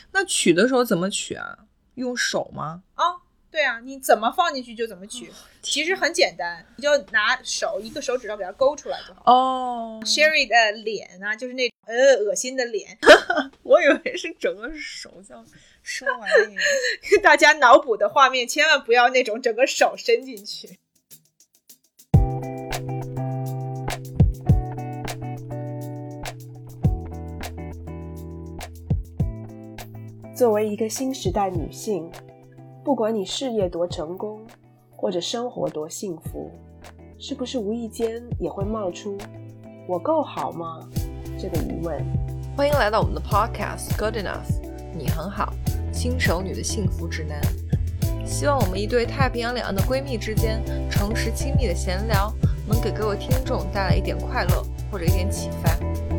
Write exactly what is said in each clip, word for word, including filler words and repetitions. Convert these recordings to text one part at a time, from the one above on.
那取的时候怎么取啊？用手吗？ 哦，对啊，你怎么放进去就怎么取，哦、其实很简单，你就拿手一个手指头给它勾出来就好。 哦、oh. Sherry 的脸啊，就是那呃恶心的脸， 我以为是整个手像收完一样。 大家脑补的画面千万不要那种整个手伸进去。 作为一个新时代女性，不管你事业多成功，或者生活多幸福，是不是无意间也会冒出我够好吗这个疑问。 欢迎来到我们的 podcast Good Enough， 你很好，新手女的幸福指南。希望我们一对太平洋两岸的闺蜜之间诚实亲密的闲聊，能给各位听众带来一点快乐或者一点启发。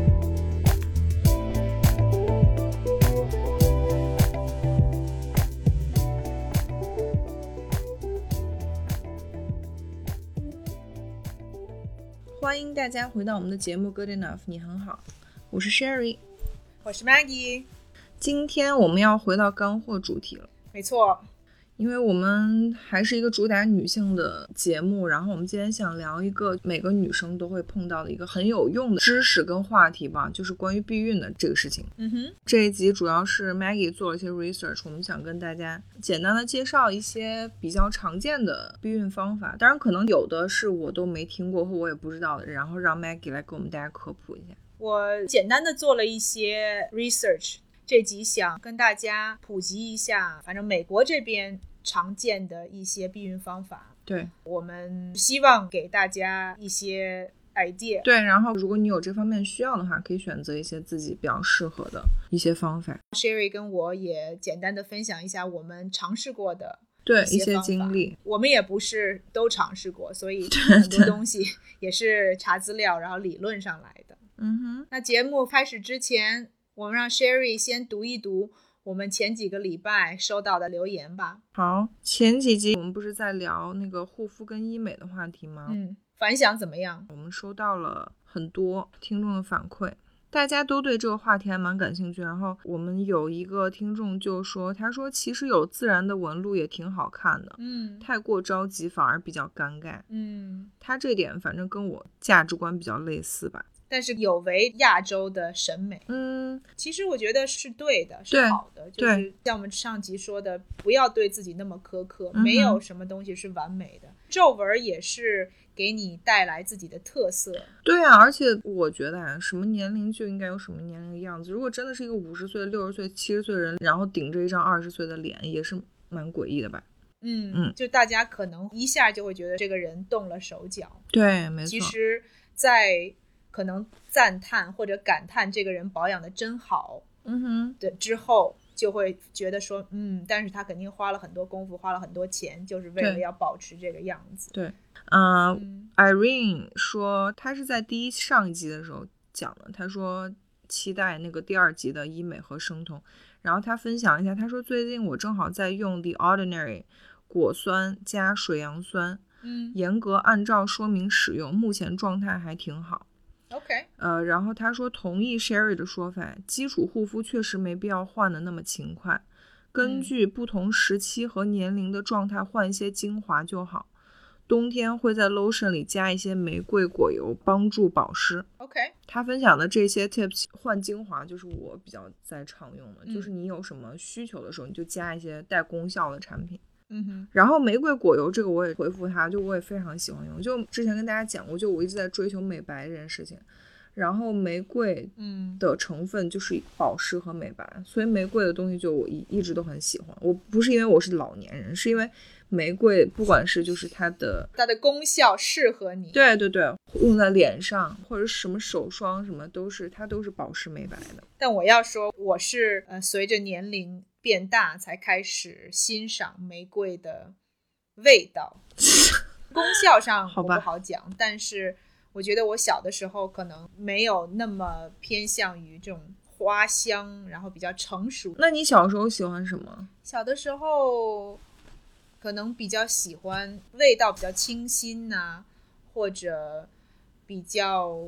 欢迎大家回到我们的节目 Good Enough， 你很好，我是 Sherry， 我是 Maggie。 今天我们要回到干货主题了。 没错， 因为我们还是一个主打女性的节目，然后我们今天想聊一个每个女生都会碰到的一个很有用的知识跟话题吧，就是关于避孕的这个事情。 嗯哼， 这一集主要是 Maggie 做了一些 research， 我们想跟大家简单的介绍一些比较常见的避孕方法，当然可能有的是我都没听过或我也不知道的，然后让 Maggie 来给我们大家科普一下。 我简单的做了一些 research， 这集想跟大家普及一下反正美国这边常见的一些避孕方法。 对， 我们希望给大家一些 idea。 对，然后如果你有这方面需要的话，可以选择一些自己比较适合的一些方法。 Sherry 跟我也简单的分享一下我们尝试过的对一些经历， 我们也不是都尝试过，所以很多东西也是查资料然后理论上来的。 嗯哼， 那节目开始之前，我们让 Sherry 先读一读我们前几个礼拜收到的留言吧。 好，前几集我们不是在聊那个护肤跟医美的话题吗？ 嗯，反响怎么样？ 我们收到了很多听众的反馈，大家都对这个话题还蛮感兴趣。然后我们有一个听众就说，他说其实有自然的纹路也挺好看的， 嗯， 太过着急反而比较尴尬。 嗯， 他这点反正跟我价值观比较类似吧， 但是有违亚洲的审美。 嗯， 其实我觉得是对的，是好的，就是像我们上集说的，不要对自己那么苛刻， 嗯、 没有什么东西是完美的。皱纹也是给你带来自己的特色。 对啊，而且我觉得啊，什么年龄就应该有什么年龄的样子。如果真的是一个五十岁、六十岁、七十岁的人，然后顶着一张二十岁的脸，也是蛮诡异的吧。 嗯嗯， 就大家可能一下就会觉得这个人动了手脚。 对，没错。 其实在可能赞叹或者感叹这个人保养的真好嗯哼的之后，就会觉得说嗯，但是他肯定花了很多功夫，花了很多钱，就是为了要保持这个样子。 对，呃、 嗯 Irene 说他是在第一上一集的时候讲的，他说期待那个第二集的医美和生酮。然后他分享一下，他说最近我正好在用 The Ordinary 果酸加水杨酸， 嗯， 严格按照说明使用，目前状态还挺好。 OK， 呃，然后他说同意 Sherry 的说法，基础护肤确实没必要换的那么勤快，根据不同时期和年龄的状态换一些精华就好。冬天会在 lotion 里加一些玫瑰果油，帮助保湿。 OK， 他分享的这些 tips 换精华就是我比较在常用的、嗯、就是你有什么需求的时候你就加一些带功效的产品。 嗯哼， 然后玫瑰果油这个我也回复他，就我也非常喜欢用，就之前跟大家讲过，就我一直在追求美白这件事情，然后玫瑰的成分就是保湿和美白、嗯、所以玫瑰的东西就我一一直都很喜欢。我不是因为我是老年人，是因为玫瑰不管是就是它的它的功效适合你， 对对对，用在脸上或者什么手霜什么都是它都是保湿美白的。 但我要说我是呃随着年龄变大才开始欣赏玫瑰的味道功效上我不好讲，但是我觉得我小的时候可能没有那么偏向于这种花香，然后比较成熟。 那你小时候喜欢什么？ 小的时候可能比较喜欢味道比较清新啊，或者比较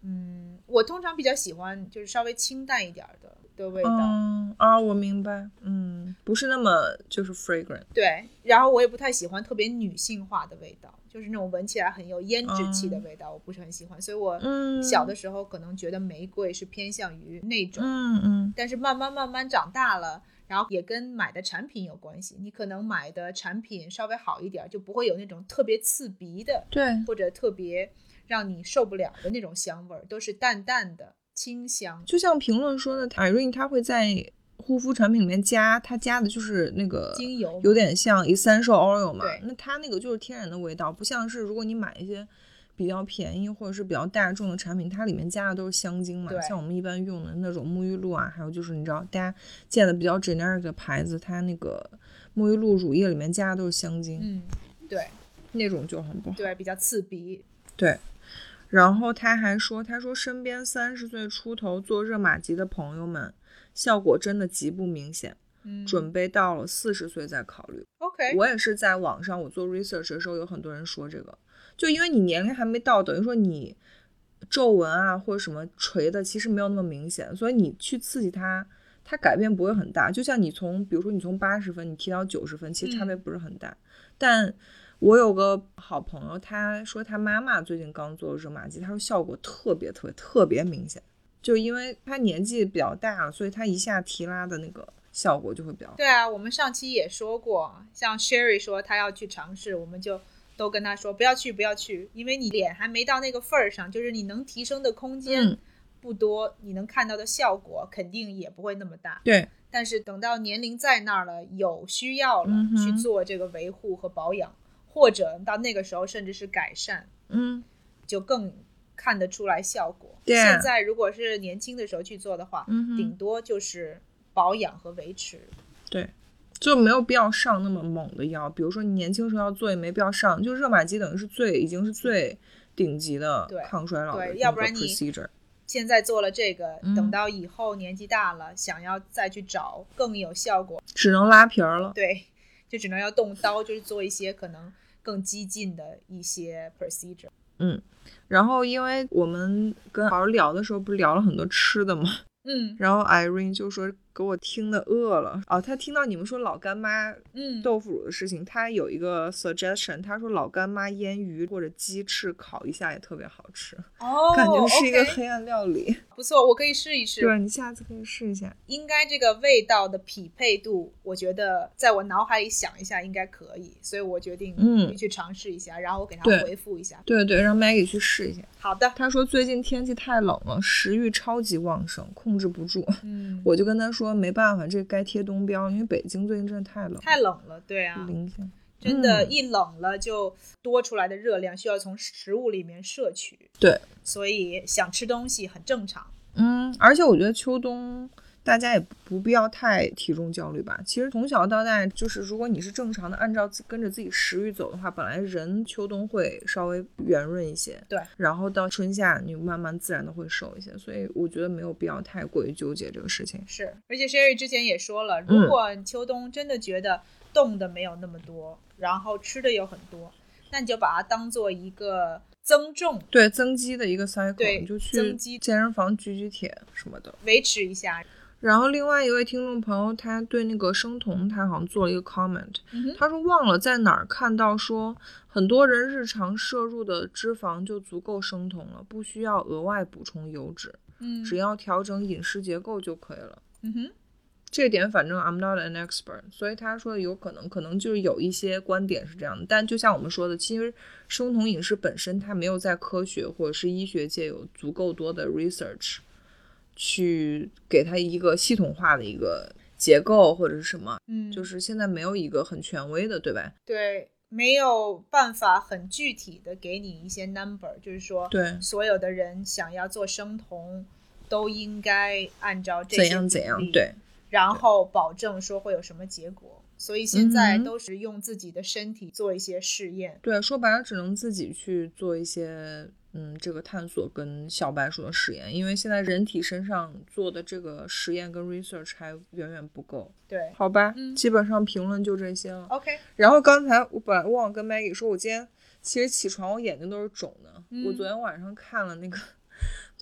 嗯，我通常比较喜欢就是稍微清淡一点的的味道。 嗯啊，我明白，嗯，不是那么就是 fragrant。 对，然后我也不太喜欢特别女性化的味道，就是那种闻起来很有胭脂气的味道，嗯、我不是很喜欢。所以我小的时候可能觉得玫瑰是偏向于那种， 嗯嗯， 但是慢慢慢慢长大了。然后也跟买的产品有关系，你可能买的产品稍微好一点，就不会有那种特别刺鼻的， 对， 或者特别让你受不了的那种香味，都是淡淡的清香。 就像评论说的 Irene 她会在护肤产品里面加，她加的就是那个精油， 有点像 essential oil 嘛，那它那个就是天然的味道，不像是如果你买一些比较便宜或者是比较大众的产品，它里面加的都是香精嘛，像我们一般用的那种沐浴露啊，还有就是你知道大家见的比较 generic 的牌子，它那个沐浴露乳液里面加的都是香精， 嗯，对， 那种就很不好， 对，比较刺鼻。 对，然后他还说他说身边三十岁出头做热玛吉的朋友们效果真的极不明显，嗯，准备到了四十岁再考虑。 OK， 我也是在网上我做 research 的时候有很多人说这个，就因为你年龄还没到，等于说你皱纹啊或者什么垂的其实没有那么明显，所以你去刺激它它改变不会很大，就像你从比如说你从八十分你提到九十分其实差别不是很大、嗯、但我有个好朋友他说他妈妈最近刚做热玛吉，他说效果特别特别特别明显，就因为他年纪比较大了，所以他一下提拉的那个效果就会比较好。 对啊，我们上期也说过，像 Sherry 说他要去尝试，我们就都跟他说不要去不要去，因为你脸还没到那个份儿上，就是你能提升的空间不多、嗯、你能看到的效果肯定也不会那么大。 对， 但是等到年龄在那儿了，有需要了、嗯、去做这个维护和保养，或者到那个时候甚至是改善， 嗯， 就更看得出来效果。 对、啊、 现在如果是年轻的时候去做的话、嗯、顶多就是保养和维持。 对，就没有必要上那么猛的药，比如说你年轻时候要做也没必要上，就热玛吉等于是最已经是最顶级的抗衰老的 procedure。 对，要不然你现在做了这个、嗯、等到以后年纪大了想要再去找更有效果只能拉皮儿了。 对，就只能要动刀，就是做一些可能更激进的一些 procedure。 嗯，然后因为我们跟好聊的时候不是聊了很多吃的吗？ 嗯， 然后 Irene 就说给我听的饿了哦，他听到你们说老干妈豆腐乳的事情、嗯、他有一个 suggestion， 他说老干妈腌鱼或者鸡翅烤一下也特别好吃哦， 感觉是一个 okay 黑暗料理。 不错，我可以试一试。 对，你下次可以试一下。 应该这个味道的匹配度我觉得在我脑海里想一下应该可以，所以我决定去尝试一下、嗯、然后我给他回复一下。 对对对，让 Maggie 去试一下。 好的。 他说最近天气太冷了，食欲超级旺盛，控制不住。 嗯， 我就跟他说没办法，这该贴冬膘，因为北京最近真的太冷太冷了。对啊， 零下真的、嗯、一冷了就多出来的热量需要从食物里面摄取。 对， 所以想吃东西很正常。 嗯，而且我觉得秋冬大家也不必要太体重焦虑吧。其实从小到大，就是如果你是正常的按照跟着自己食欲走的话，本来人秋冬会稍微圆润一些， 对， 然后到春夏你慢慢自然的会瘦一些，所以我觉得没有必要太过于纠结这个事情。 是，而且 Sherry 之前也说了，如果秋冬真的觉得动的没有那么多、嗯、然后吃的有很多，那你就把它当做一个增重， 对，增肌的一个 cycle， 对， 你就去健身房举举铁什么的， 维持一下。 然后另外一位听众朋友他对那个生酮他好像做了一个 comment、嗯、他说忘了在哪儿看到说很多人日常摄入的脂肪就足够生酮了，不需要额外补充油脂、嗯、只要调整饮食结构就可以了。 嗯哼， 这点反正 I'm not an expert， 所以他说有可能可能就是有一些观点是这样的，但就像我们说的，其实生酮饮食本身它没有在科学或者是医学界有足够多的 research去给它一个系统化的一个结构或者是什么，嗯，就是现在没有一个很权威的，对吧？ 对，没有办法很具体的给你一些 number， 就是说对所有的人想要做生酮都应该按照这些怎样怎样，对， 然后保证说会有什么结果，所以现在都是用自己的身体做一些试验、嗯、 对，说白了只能自己去做一些嗯，这个探索跟小白鼠的实验，因为现在人体身上做的这个实验跟 research 还远远不够。 对， 好吧、 嗯、 基本上评论就这些了。 OK， 然后刚才我本来忘了跟 Maggie 说，我今天其实起床我眼睛都是肿的、嗯、我昨天晚上看了那个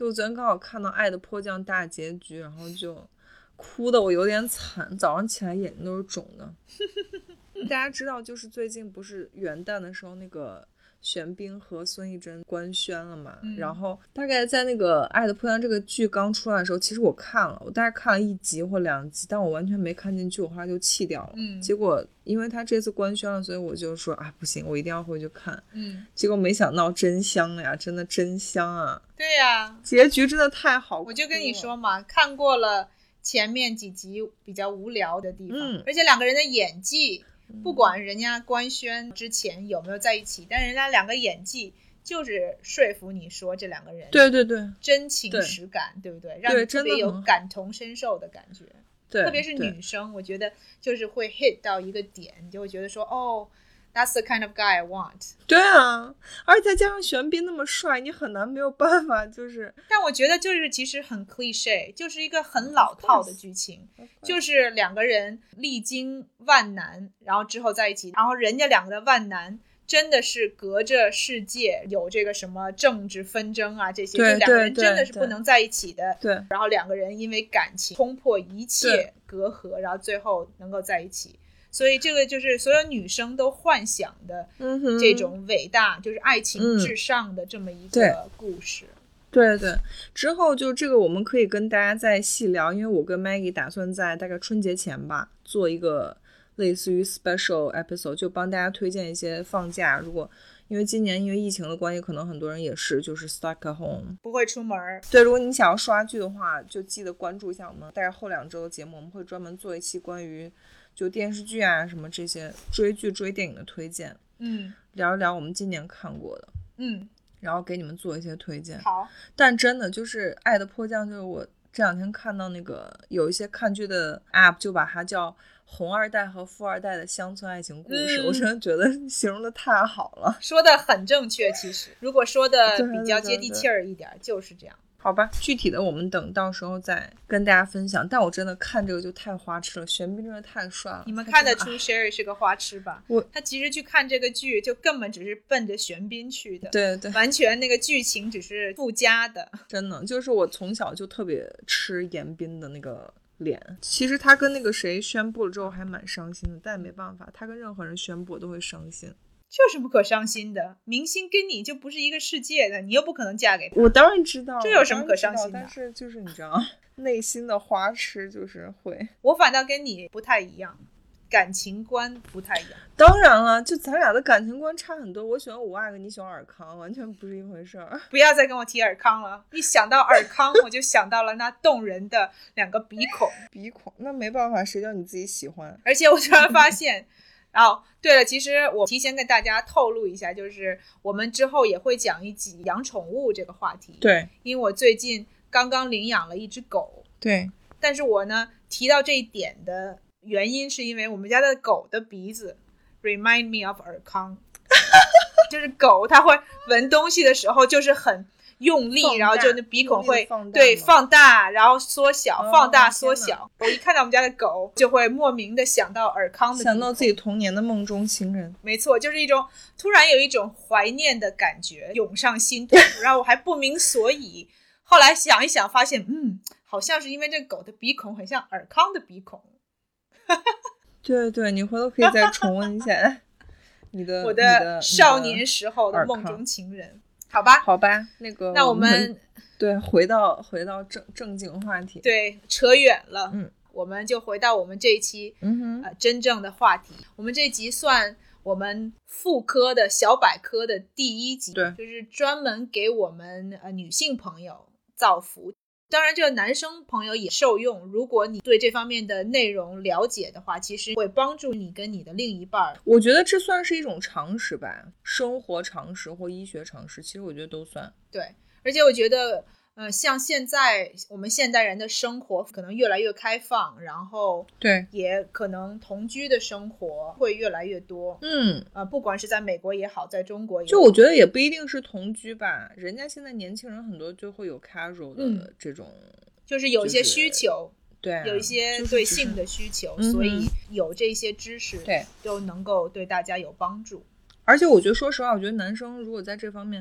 就我昨天刚好看到《爱的迫降》大结局，然后就哭的我有点惨，早上起来眼睛都是肿的。大家知道就是最近不是元旦的时候那个玄彬和孙艺珍官宣了嘛、嗯、然后大概在那个《爱的迫降》这个剧刚出来的时候，其实我看了，我大概看了一集或两集，但我完全没看进去，我后来就弃掉了、嗯、结果因为他这次官宣了，所以我就说啊不行，我一定要回去看。嗯，结果没想到真香呀，真的真香啊。 对呀， 结局真的太好， 我就跟你说嘛，看过了前面几集比较无聊的地方、嗯、而且两个人的演技不管人家官宣之前有没有在一起，但人家两个演技就是说服你说这两个人对对对真情实感， 对, 对不对，让你特别有感同身受的感觉。对，特别是女生我觉得就是会 hit 到一个点，你就会觉得说哦That's the kind of guy I want。 对啊，而且再加上玄彬那么帅，你很难没有办法就是。 但我觉得就是其实很 cliché， 就是一个很老套的剧情，就是两个人历经万难然后之后在一起，然后人家两个的万难真的是隔着世界，有这个什么政治纷争啊这些，就两个人真的是不能在一起的。 对， 然后两个人因为感情冲破一切隔阂，然后最后能够在一起。所以这个就是所有女生都幻想的这种伟大、嗯、就是爱情至上的这么一个故事、嗯、 对, 对对，之后就这个我们可以跟大家再细聊，因为我跟 Maggie 打算在大概春节前吧做一个类似于 special episode， 就帮大家推荐一些放假，如果因为今年因为疫情的关系，可能很多人也是就是 stuck at home 不会出门。 对，如果你想要刷剧的话就记得关注一下我们大概后两周的节目，我们会专门做一期关于就电视剧啊什么这些追剧追电影的推荐，嗯，聊一聊我们今年看过的，嗯，然后给你们做一些推荐。 好， 但真的就是《爱的迫降》，就是我这两天看到那个有一些看剧的 app 就把它叫红二代和富二代的乡村爱情故事、嗯、我真的觉得形容的太好了， 说的很正确。其实如果说的比较接地气儿一点就是这样。 好吧，具体的我们等到时候再跟大家分享。但我真的看这个就太花痴了，玄彬真的太帅了。 你们看得出 Sherry 是个花痴吧？我他其实去看这个剧就根本只是奔着玄彬去的， 对对， 完全那个剧情只是附加的。 真的就是我从小就特别吃严彬的那个脸。其实他跟那个谁宣布了之后还蛮伤心的，但没办法，他跟任何人宣布我都会伤心。 这有什么可伤心的？明星跟你就不是一个世界的，你又不可能嫁给他。 我当然知道， 这有什么可伤心的？ 但是就是你知道内心的花痴就是会。 我反倒跟你不太一样，感情观不太一样。 当然了，就咱俩的感情观差很多，我喜欢五阿哥，你喜欢尔康，完全不是一回事儿。 不要再跟我提尔康了，一想到尔康我就想到了那动人的两个鼻孔。 鼻孔那没办法，谁叫你自己喜欢。 而且我突然发现哦，对了，其实我提前跟大家透露一下，就是我们之后也会讲一集养宠物这个话题。 对， 因为我最近刚刚领养了一只狗。 对， 但是我呢提到这一点的原因是因为我们家的狗的鼻子 remind me of 尔康就是狗它会闻东西的时候就是很用力，然后就那鼻孔会放对放大然后缩小、哦、放大缩小。我一看到我们家的狗就会莫名的想到尔康的， 想到自己童年的梦中情人。 没错，就是一种突然有一种怀念的感觉涌上心头然后我还不明所以后来想一想发现嗯，好像是因为这狗的鼻孔很像尔康的鼻孔对对，你回头可以再重温一下你的我的少年时候的梦中情人。好吧好吧，那个那我们对回到回到正正经话题， 对，扯远了。嗯，我们就回到我们这一期嗯哼、呃、真正的话题。我们这集算我们妇科的小百科的第一集， 对， 就是专门给我们呃女性朋友造福。当然这个男生朋友也受用，如果你对这方面的内容了解的话，其实会帮助你跟你的另一半。 我觉得这算是一种常识吧，生活常识或医学常识，其实我觉得都算。 对，而且我觉得呃，像现在我们现代人的生活可能越来越开放，然后对， 也可能同居的生活会越来越多。嗯，呃，不管是在美国也好，在中国也好， 就我觉得也不一定是同居吧，人家现在年轻人很多就会有 casual 的这种、嗯、 就是有一些需求、 就是、对、啊， 有一些对性的需求、就是、所以有这些知识对都能够对大家有帮助。 而且我觉得说实话，我觉得男生如果在这方面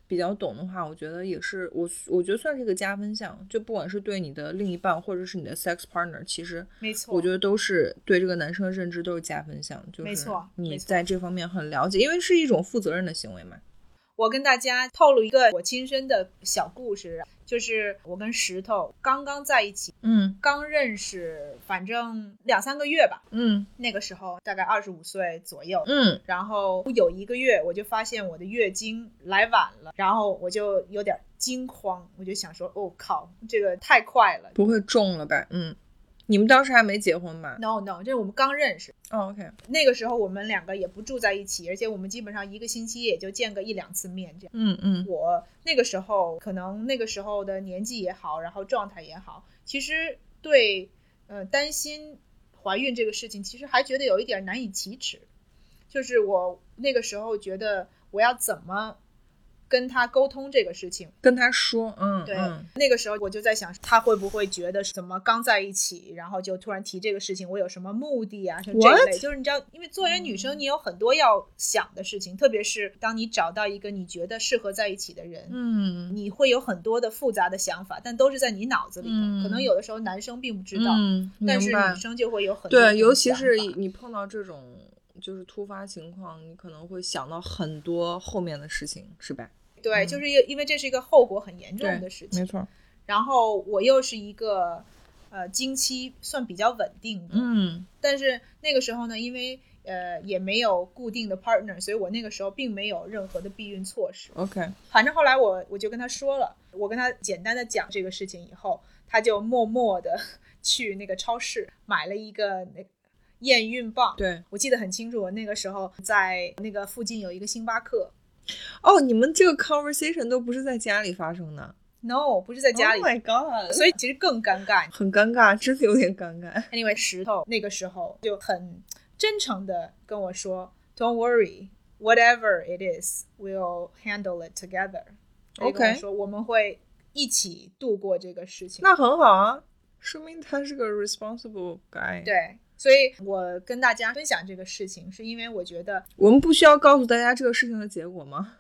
比较懂的话，我觉得也是我我觉得算是一个加分项，就不管是对你的另一半或者是你的 sex partner， 其实没错， 我觉得都是对这个男生的认知都是加分项，就是你在这方面很了解，因为是一种负责任的行为嘛。 我跟大家透露一个我亲身的小故事，就是我跟石头刚刚在一起， 嗯， 刚认识，反正两三个月吧， 嗯， 那个时候大概二十五岁左右， 嗯， 然后有一个月我就发现我的月经来晚了，然后我就有点惊慌，我就想说，哦靠，这个太快了， 不会中了吧？嗯。你们当时还没结婚吧？ No No， 这是我们刚认识。 哦、oh, OK。 那个时候我们两个也不住在一起，而且我们基本上一个星期也就见个一两次面这样。 嗯嗯。 我那个时候可能那个时候的年纪也好，然后状态也好，其实对呃担心怀孕这个事情其实还觉得有一点难以启齿，就是我那个时候觉得我要怎么跟他沟通这个事情， 跟他说，嗯， 对、 嗯， 那个时候我就在想，他会不会觉得怎么刚在一起，然后就突然提这个事情，我有什么目的啊，像这一类， What? 就是你知道，因为作为女生，你有很多要想的事情，特别是当你找到一个你觉得适合在一起的人， 嗯， 你会有很多的复杂的想法，但都是在你脑子里的， 嗯、 可能有的时候男生并不知道， 嗯， 但是女生就会有很多对，尤其是你碰到这种就是突发情况，你可能会想到很多后面的事情，是吧？ 对、 嗯、 就是因为这是一个后果很严重的事情， 没错。 然后我又是一个呃经期算比较稳定的， 嗯， 但是那个时候呢，因为呃也没有固定的 partner， 所以我那个时候并没有任何的避孕措施。 OK， 反正后来我我就跟他说了，我跟他简单的讲这个事情以后，他就默默的去那个超市买了一个那个验孕棒。 对， 我记得很清楚，我那个时候在那个附近有一个星巴克。 哦，你们这个 conversation 都不是在家里发生的？ No， 不是在家里。 Oh my god， 所以其实更尴尬， 很尴尬，真的有点尴尬。 Anyway， 石头那个时候就很真诚的跟我说 Don't worry， whatever it is we'll handle it together。 OK， 说我们会一起度过这个事情。 那很好啊，说明他是个 responsible guy。 对，所以我跟大家分享这个事情是因为我觉得我们不需要告诉大家这个事情的结果吗？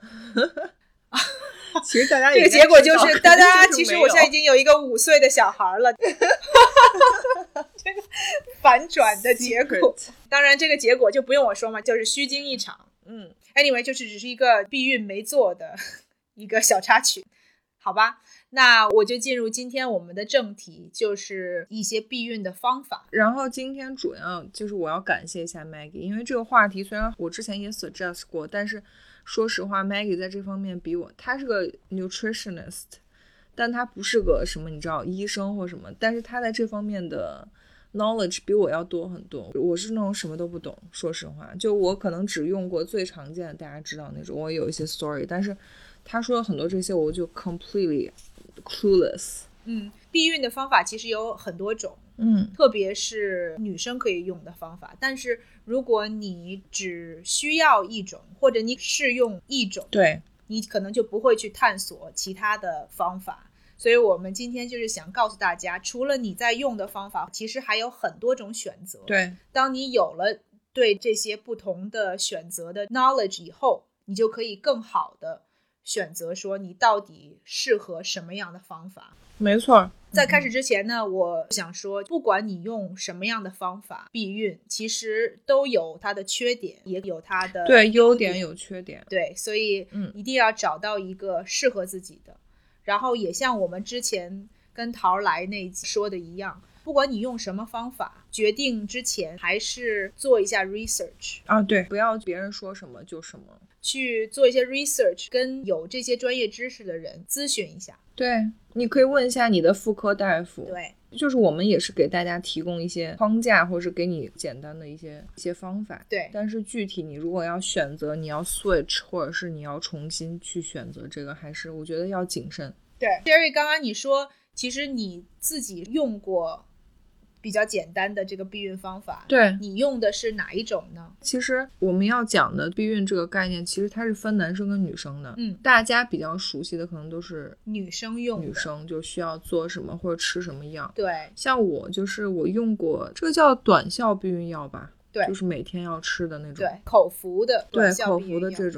其实大家这个结果就是大家其实我现在已经有一个五岁的小孩了。这个反转的结果，当然这个结果就不用我说嘛，就是虚惊一场。嗯 anyway， 就是只是一个避孕没做的一个小插曲，好吧。那我就进入今天我们的正题，就是一些避孕的方法。 然后今天主要就是我要感谢一下 Maggie， 因为这个话题虽然我之前也 suggest 过，但是说实话 Maggie 在这方面比我，她是个 nutritionist， 但她不是个什么你知道医生或什么，但是她在这方面的 knowledge 比我要多很多。我是那种什么都不懂，说实话，就我可能只用过最常见的大家知道那种，我有一些 story， 但是她说了很多这些我就 completely clueless。 嗯，避孕的方法其实有很多种， 嗯， 特别是女生可以用的方法，但是如果你只需要一种，或者你试用一种， 对， 你可能就不会去探索其他的方法。所以我们今天就是想告诉大家，除了你在用的方法，其实还有很多种选择。 对， 当你有了对这些不同的选择的 knowledge 以后，你就可以更好的选择说你到底适合什么样的方法。 没错。 在开始之前呢，我想说不管你用什么样的方法避孕，其实都有它的缺点，也有它的对优点有缺点。 对，所以一定要找到一个适合自己的、嗯、然后也像我们之前跟桃来那一集说的一样，不管你用什么方法，决定之前还是做一下 research 啊，对，不要别人说什么就什么， 去做一些 research， 跟有这些专业知识的人咨询一下。 对，你可以问一下你的妇科大夫。 对， 就是我们也是给大家提供一些框架，或者是给你简单的一些一些方法。 对， 但是具体你如果要选择，你要 switch 或者是你要重新去选择这个，还是我觉得要谨慎。 对 Jerry 刚刚你说其实你自己用过比较简单的这个避孕方法， 对， 你用的是哪一种呢？ 其实我们要讲的避孕这个概念，其实它是分男生跟女生的。 嗯， 大家比较熟悉的可能都是女生用的， 女生就需要做什么或者吃什么药。 对， 像我就是我用过这个叫短效避孕药吧， 对， 就是每天要吃的那种， 对，口服的， 对，口服的这种。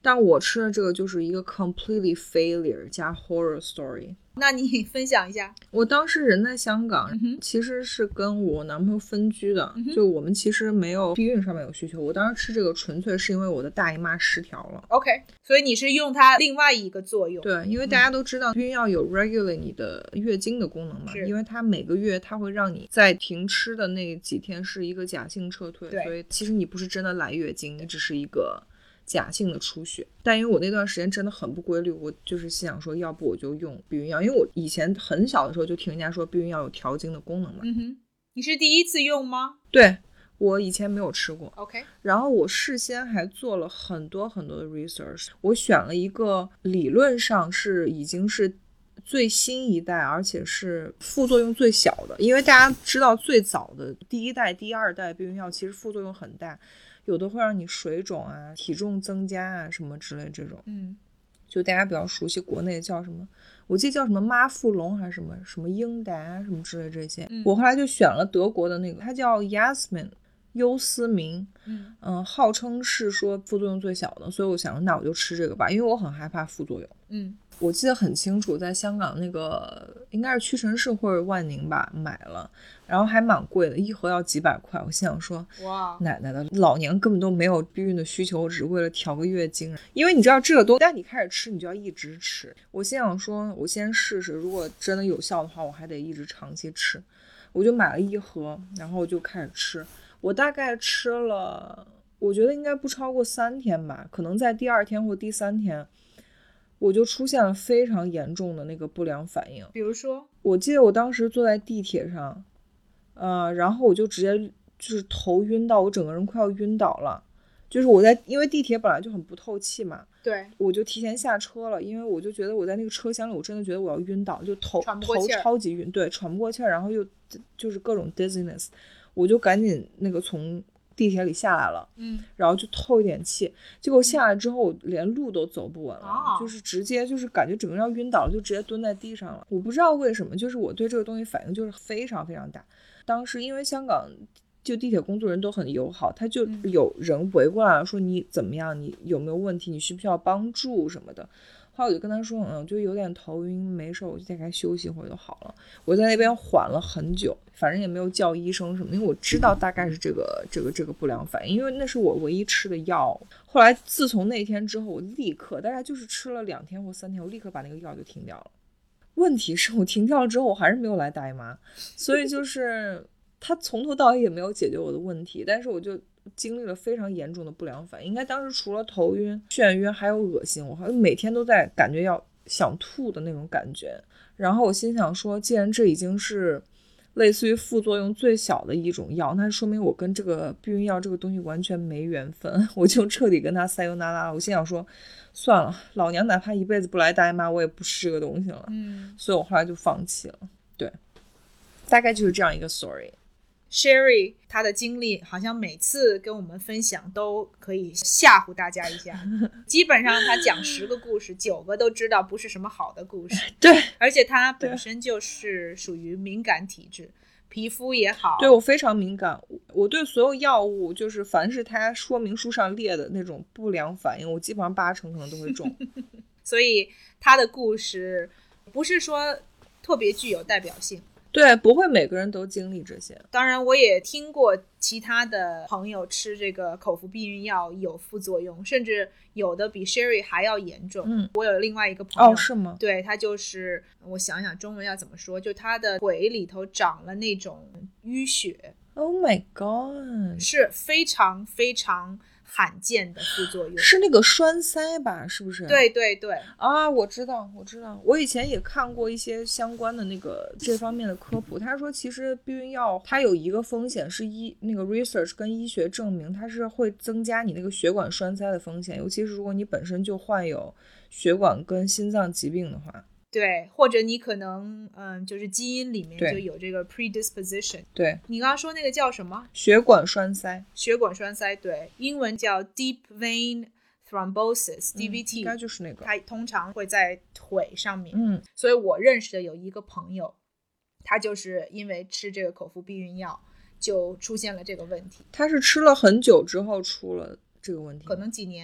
但我吃的这个就是一个 completely failure 加 horror story。 那你分享一下。 我当时人在香港、 嗯、 其实是跟我男朋友分居的、 嗯、 就我们其实没有避孕上面有需求，我当时吃这个纯粹是因为我的大姨妈失调了。 OK， 所以你是用它另外一个作用。 对，因为大家都知道避孕药有 regulate 你的月经的功能嘛，因为它每个月它会让你在停吃的那几天是一个假性撤退，所以其实你不是真的来月经，你只是一个假性的出血。但因为我那段时间真的很不规律，我就是心想说要不我就用避孕药，因为我以前很小的时候就听人家说避孕药有调经的功能嘛。 嗯哼，你是第一次用吗？ 对，我以前没有吃过。 OK， 然后我事先还做了很多很多的 research， 我选了一个理论上是已经是最新一代而且是副作用最小的，因为大家知道最早的第一代第二代避孕药其实副作用很大，有的会让你水肿啊体重增加啊什么之类这种。 嗯， 就大家比较熟悉国内叫什么，我记得叫什么妈富隆还是什么什么英达什么之类这些、嗯、我后来就选了德国的那个，它叫 Yasmin 优思明， 嗯、 呃、号称是说副作用最小的，所以我想那我就吃这个吧，因为我很害怕副作用。 嗯， 我记得很清楚，在香港那个应该是屈臣氏或者万宁吧买了，然后还蛮贵的，一盒要几百块。我心想说哇， 奶奶的，老娘根本都没有避孕的需求，我只是为了调个月经。因为你知道这个东西但你开始吃你就要一直吃，我心想说我先试试，如果真的有效的话我还得一直长期吃。我就买了一盒，然后我就开始吃，我大概吃了我觉得应该不超过三天吧，可能在第二天或第三天我就出现了非常严重的那个不良反应。 比如说我记得我当时坐在地铁上呃，然后我就直接就是头晕到我整个人快要晕倒了，就是我在因为地铁本来就很不透气嘛， 对， 我就提前下车了，因为我就觉得我在那个车厢里我真的觉得我要晕倒，就头喘不过气头超级晕，对，喘不过气儿，然后又就是各种 dizziness， 我就赶紧那个从地铁里下来了， 嗯， 然后就透一点气，结果下来之后我连路都走不稳了、 哦、 就是直接就是感觉整个人要晕倒了，就直接蹲在地上了。我不知道为什么，就是我对这个东西反应就是非常非常大。当时因为香港就地铁工作人员都很友好，他就有人围过来了说你怎么样，你有没有问题，你需不需要帮助什么的。后来我就跟他说嗯，就有点头晕没事，我就大概休息一会儿就好了。我在那边缓了很久，反正也没有叫医生什么，因为我知道大概是这个这个这个不良反应，因为那是我唯一吃的药。后来自从那天之后我立刻大概就是吃了两天或三天，我立刻把那个药就停掉了。问题是我停掉了之后我还是没有来大姨妈，所以就是他从头到尾也没有解决我的问题，但是我就经历了非常严重的不良反应，应该当时除了头晕眩晕还有恶心，我好像每天都在感觉要想吐的那种感觉。然后我心想说既然这已经是类似于副作用最小的一种药，那说明我跟这个避孕药这个东西完全没缘分，我就彻底跟他塞尤那拉了。我心想说算了，老娘哪怕一辈子不来大姨妈我也不吃这个东西了， 嗯， 所以我后来就放弃了。对，大概就是这样一个 story。Sherry 她的经历好像每次跟我们分享都可以吓唬大家一下基本上她讲十个故事九个都知道不是什么好的故事对， 而且她本身就是属于敏感体质，皮肤也好， 对，我非常敏感，我对所有药物就是凡是它说明书上列的那种不良反应我基本上八成可能都会中所以她的故事不是说特别具有代表性， 对，不会每个人都经历这些。 当然我也听过其他的朋友吃这个口服避孕药有副作用，甚至有的比 Sherry 还要严重。 嗯， 我有另外一个朋友， 哦，是吗？ 对，他就是我想想中文要怎么说，就他的腿里头长了那种淤血。 Oh my god， 是非常非常罕见的副作用， 是那个栓塞吧，是不是？ 对对对啊，我知道我知道，我以前也看过一些相关的那个这方面的科普，他说其实避孕药它有一个风险是医那个 research 跟医学证明它是会增加你那个血管栓塞的风险，尤其是如果你本身就患有血管跟心脏疾病的话， 对，或者你可能嗯，就是基因里面就有这个 predisposition。 对， 你刚刚说那个叫什么？ 血管栓塞。 血管栓塞，对，英文叫 deep vein thrombosis、嗯、D V T， 应该就是那个， 它通常会在腿上面。 嗯， 所以我认识的有一个朋友，他就是因为吃这个口服避孕药就出现了这个问题。 他是吃了很久之后出了这个问题， 可能几年。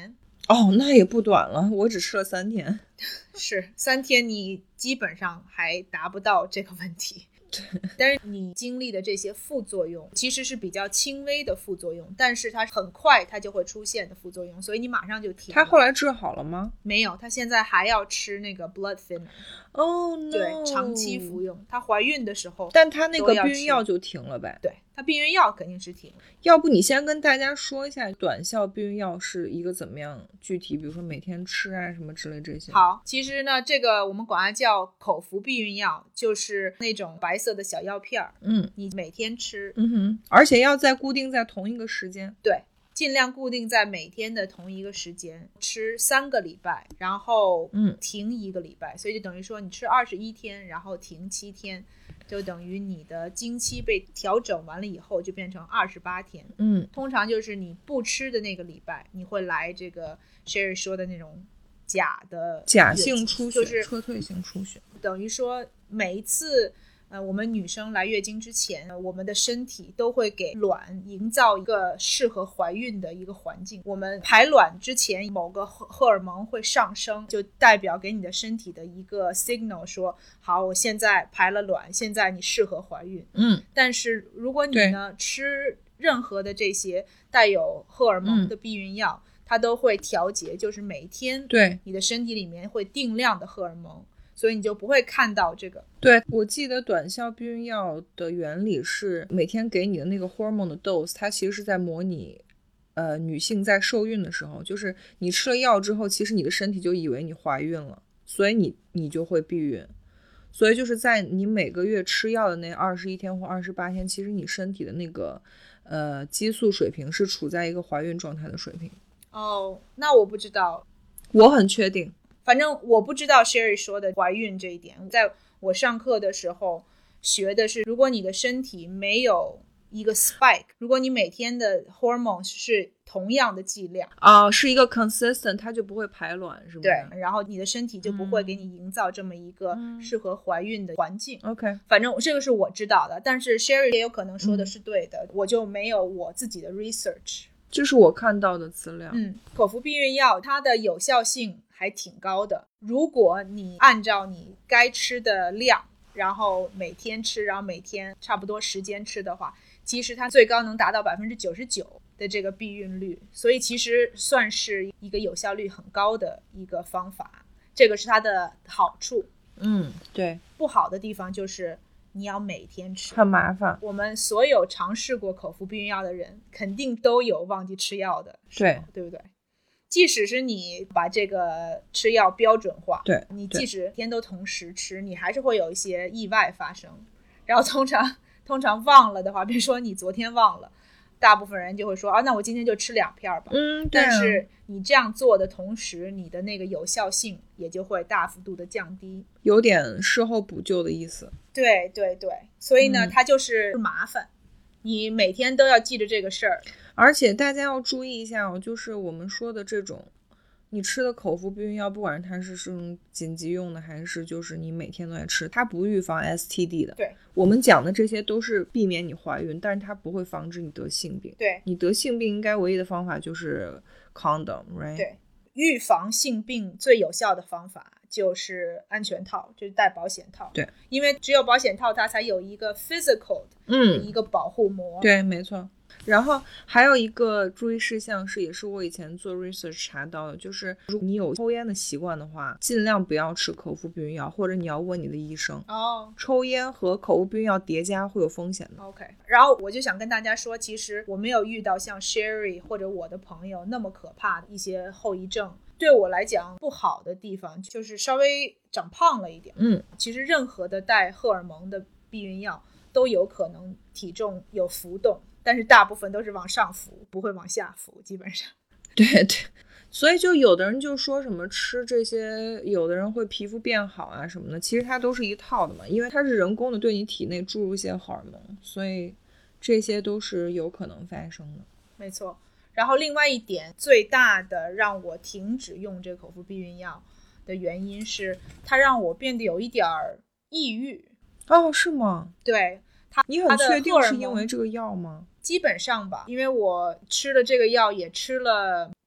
哦，那也不短了，我只吃了三天。 是三天，你基本上还达不到这个问题。但是你经历的这些副作用其实是比较轻微的副作用，但是它很快它就会出现的副作用，所以你马上就停了。 他后来治好了吗？ 没有，他现在还要吃那个 blood thinner。 哦、oh, no. 对，长期服用。他怀孕的时候， 但他那个避孕药就停了呗？ 对，他避孕药肯定是停了。 要不你先跟大家说一下短效避孕药是一个怎么样具体，比如说每天吃啊什么之类这些。 好，其实呢这个我们管它叫口服避孕药，就是那种白色的小药片， 嗯， 你每天吃， 嗯哼，而且要在固定在同一个时间。 对，尽量固定在每天的同一个时间吃三个礼拜，然后停一个礼拜、嗯、所以就等于说你吃二十一天然后停七天，就等于你的经期被调整完了以后就变成二十八天。 嗯， 通常就是你不吃的那个礼拜你会来这个 Sherry 说的那种假的假性出血， 就是撤退性出血， 等于说每一次呃，我们女生来月经之前，我们的身体都会给卵营造一个适合怀孕的一个环境。我们排卵之前某个荷尔蒙会上升，就代表给你的身体的一个 signal 说，好，我现在排了卵，现在你适合怀孕。 嗯， 但是如果你呢吃任何的这些带有荷尔蒙的避孕药、嗯、它都会调节，就是每天对你的身体里面会定量的荷尔蒙，所以你就不会看到这个。 对，我记得短效避孕药的原理是每天给你的那个 hormone 的 dose， 它其实是在模拟呃女性在受孕的时候，就是你吃了药之后，其实你的身体就以为你怀孕了，所以你你就会避孕。所以就是在你每个月吃药的那二十一天或二十八天，其实你身体的那个呃激素水平是处在一个怀孕状态的水平。 哦，那我不知道。 我很确定。 反正我不知道 Sherry 说的怀孕这一点，在我上课的时候学的是，如果你的身体没有一个 spike， 如果你每天的 hormone 是同样的剂量啊、呃，是一个 consistent， 它就不会排卵，是不是？ 对，然后你的身体就不会给你营造这么一个适合怀孕的环境。 嗯、OK， 反正这个是我知道的，但是 Sherry 也有可能说的是对的、嗯、我就没有我自己的 research。 这是我看到的资料。 嗯，口服避孕药它的有效性还挺高的，如果你按照你该吃的量，然后每天吃，然后每天差不多时间吃的话，其实它最高能达到 百分之九十九 的这个避孕率，所以其实算是一个有效率很高的一个方法，这个是它的好处。 嗯，对。 不好的地方就是你要每天吃， 很麻烦。 我们所有尝试过口服避孕药的人肯定都有忘记吃药的， 对， 对不对？即使是你把这个吃药标准化， 对， 你即使天都同时吃，你还是会有一些意外发生。然后通常通常忘了的话，比如说你昨天忘了，大部分人就会说啊，那我今天就吃两片吧。 嗯，对啊。 但是你这样做的同时，你的那个有效性也就会大幅度的降低， 有点事后补救的意思。 对对对，所以呢、 嗯、 它就是麻烦，你每天都要记着这个事儿。 而且大家要注意一下哦，就是我们说的这种你吃的口服避孕药，不管是它是这种紧急用的还是就是你每天都在吃，它不预防 S T D 的。 对， 我们讲的这些都是避免你怀孕，但是它不会防止你得性病。 对， 你得性病应该唯一的方法就是 condom， right？ 对，预防性病最有效的方法就是安全套，就是戴保险套。 对， 因为只有保险套它才有一个 physical 的一个保护膜。 嗯、对，没错。然后还有一个注意事项是，也是我以前做 research 查到的，就是如果你有抽烟的习惯的话，尽量不要吃口服避孕药，或者你要问你的医生。 哦， 抽烟和口服避孕药叠加会有风险的。 OK， 然后我就想跟大家说，其实我没有遇到像 Sherry 或者我的朋友那么可怕的一些后遗症。对我来讲不好的地方就是稍微长胖了一点。 嗯， 其实任何的带荷尔蒙的避孕药都有可能体重有浮动，但是大部分都是往上浮，不会往下浮，基本上。 对对，所以就有的人就说什么吃这些，有的人会皮肤变好啊什么的，其实它都是一套的嘛，因为它是人工的对你体内注入一些荷尔蒙，所以这些都是有可能发生的。 没错。然后另外一点，最大的让我停止用这个口服避孕药的原因是，它让我变得有一点抑郁。 哦，是吗？ 对，它你很确定是因为这个药吗？ 基本上吧，因为我吃了这个药也吃了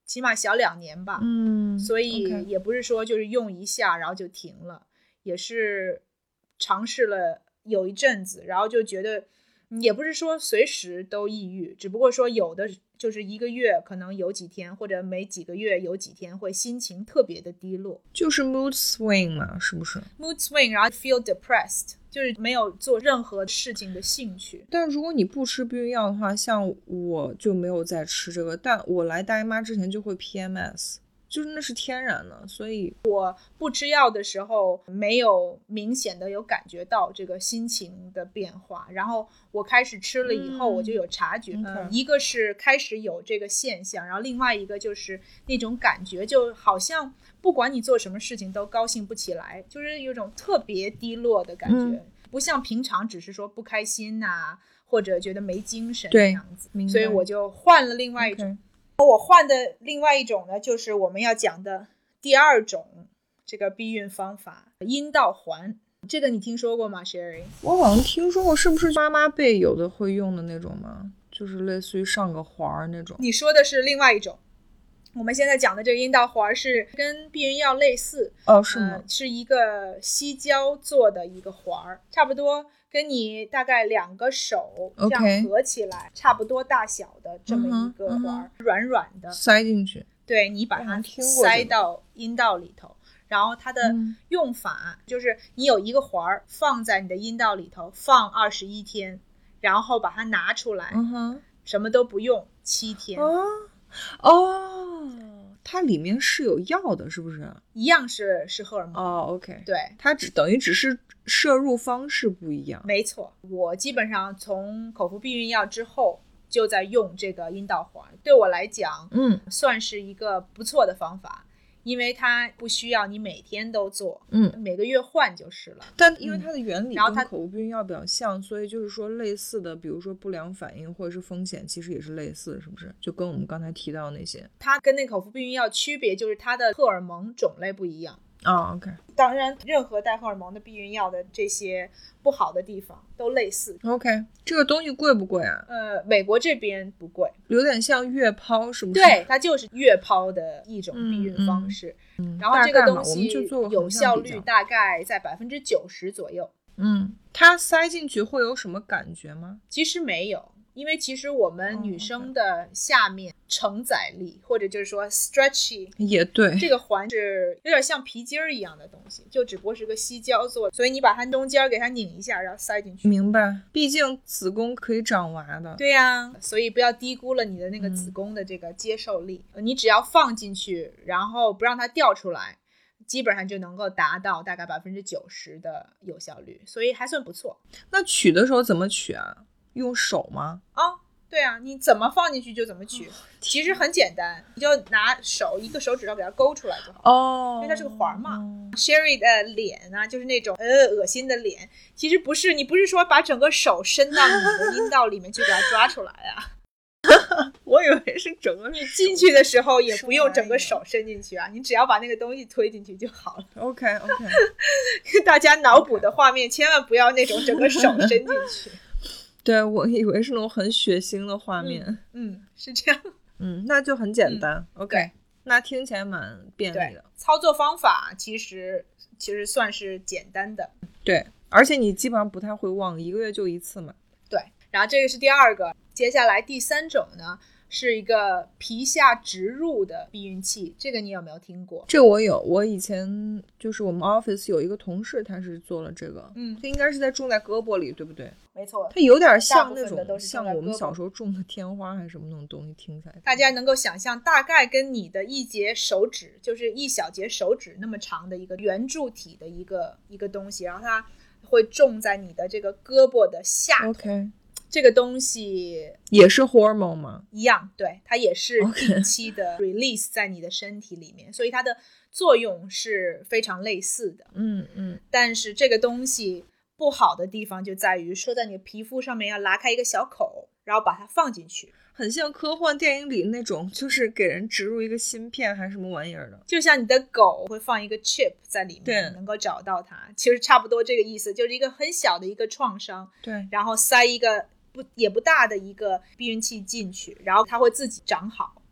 起码小两年吧。 嗯， 所以 okay. 也不是说就是用一下然后就停了，也是尝试了有一阵子，然后就觉得也不是说随时都抑郁，只不过说有的就是一个月可能有几天，或者每几个月有几天会心情特别的低落， 就是 mood swing 嘛，是不是 mood swing， 然后 feel depressed， 就是没有做任何事情的兴趣。 但如果你不吃避孕药的话，像我就没有在吃这个，但我来大姨妈之前就会 P M S，就是那是天然的，所以我不吃药的时候没有明显的有感觉到这个心情的变化，然后我开始吃了以后我就有察觉、 嗯呃、一个是开始有这个现象，然后另外一个就是那种感觉就好像不管你做什么事情都高兴不起来，就是有种特别低落的感觉、嗯、不像平常只是说不开心啊，或者觉得没精神这样子，所以我就换了另外一种、okay.我换的另外一种呢，就是我们要讲的第二种这个避孕方法，阴道环。这个你听说过吗 Sherry？ 我好像听说过，是不是妈妈辈有的会用的那种吗？就是类似于上个环那种。 你说的是另外一种，我们现在讲的这个阴道环是跟避孕药类似。 哦，是吗、 呃、是一个矽胶做的一个环，差不多跟你大概两个手这样合起来、okay. 差不多大小的这么一个环、uh-huh, uh-huh. 软软的塞进去， 对，你把它塞到阴道里头、这个、然后它的用法就是你有一个环放在你的阴道里头放二十一天，然后把它拿出来、 uh-huh. 什么都不用七天。 哦、uh-huh. oh, 它里面是有药的是不是？ 一样是是荷尔蒙哦、oh, OK， 对， 它只等于只是摄入方式不一样。 没错，我基本上从口服避孕药之后就在用这个阴道环，对我来讲嗯， 算是一个不错的方法，因为它不需要你每天都做， 嗯， 每个月换就是了。 但因为它的原理跟然后它口服避孕药比较像，所以就是说类似的，比如说不良反应或者是风险其实也是类似，是不是？就跟我们刚才提到那些。 它跟那口服避孕药区别就是它的荷尔蒙种类不一样。 哦、OK， 当然任何带荷尔蒙的避孕药的这些不好的地方都类似。 OK， 这个东西贵不贵啊？ 呃，美国这边不贵， 有点像月抛是不是？ 对，它就是月抛的一种避孕方式、 嗯嗯、 然后这个东西有效率率大概在百分之九十左右。 嗯，它塞进去会有什么感觉吗？ 其实没有，因为其实我们女生的下面承载力、oh, okay. 或者就是说 stretchy 也对， 这个环是有点像皮筋儿一样的东西，就只不过是个矽胶做的，所以你把它中间给它拧一下然后塞进去。 明白，毕竟子宫可以长娃的。 对呀、啊，所以不要低估了你的那个子宫的这个接受力、嗯、你只要放进去然后不让它掉出来，基本上就能够达到大概百分之九十的有效率，所以还算不错。 那取的时候怎么取啊？用手吗？ 哦，对啊，你怎么放进去就怎么取、哦、其实很简单，你就拿手一个手指头给它勾出来就好。 哦， 因为它是个环嘛、哦、Sherry 的脸啊，就是那种呃恶心的脸，其实不是，你不是说把整个手伸到你的阴道里面去给它抓出来啊我以为是整个， 你进去的时候也不用整个手伸进去啊，你只要把那个东西推进去就好了。 OK OK 大家脑补的画面、okay. 千万不要那种整个手伸进去对，我以为是那种很血腥的画面。 嗯, 嗯是这样。 嗯，那就很简单、 嗯、 OK， 那听起来蛮便利的。 操作方法其实其实算是简单的。 对，而且你基本上不太会忘，一个月就一次嘛。 对，然后这个是第二个。接下来第三种呢是一个皮下植入的避孕器，这个你有没有听过？ 这个我有，我以前就是我们 office 有一个同事他是做了这个， 嗯， 这应该是在种在胳膊里对不对？ 没错， 它有点像那种像我们小时候种的天花还是什么那种东西，听起来大家能够想象大概跟你的一节手指，就是一小节手指那么长的一个圆柱体的一个一个东西，然后它会种在你的这个胳膊的下头。 OK， 这个东西也是 hormone 吗？ 一样，对，它也是定期的 release 在你的身体里面， okay. 所以它的作用是非常类似的。 嗯嗯， 但是这个东西不好的地方就在于说在你的皮肤上面要拉开一个小口，然后把它放进去， 很像科幻电影里那种就是给人植入一个芯片还是什么玩意儿的， 就像你的狗会放一个 chip 在里面， 对， 能够找到它，其实差不多这个意思，就是一个很小的一个创伤， 对， 然后塞一个不也不大的一个避孕器进去，然后它会自己长好，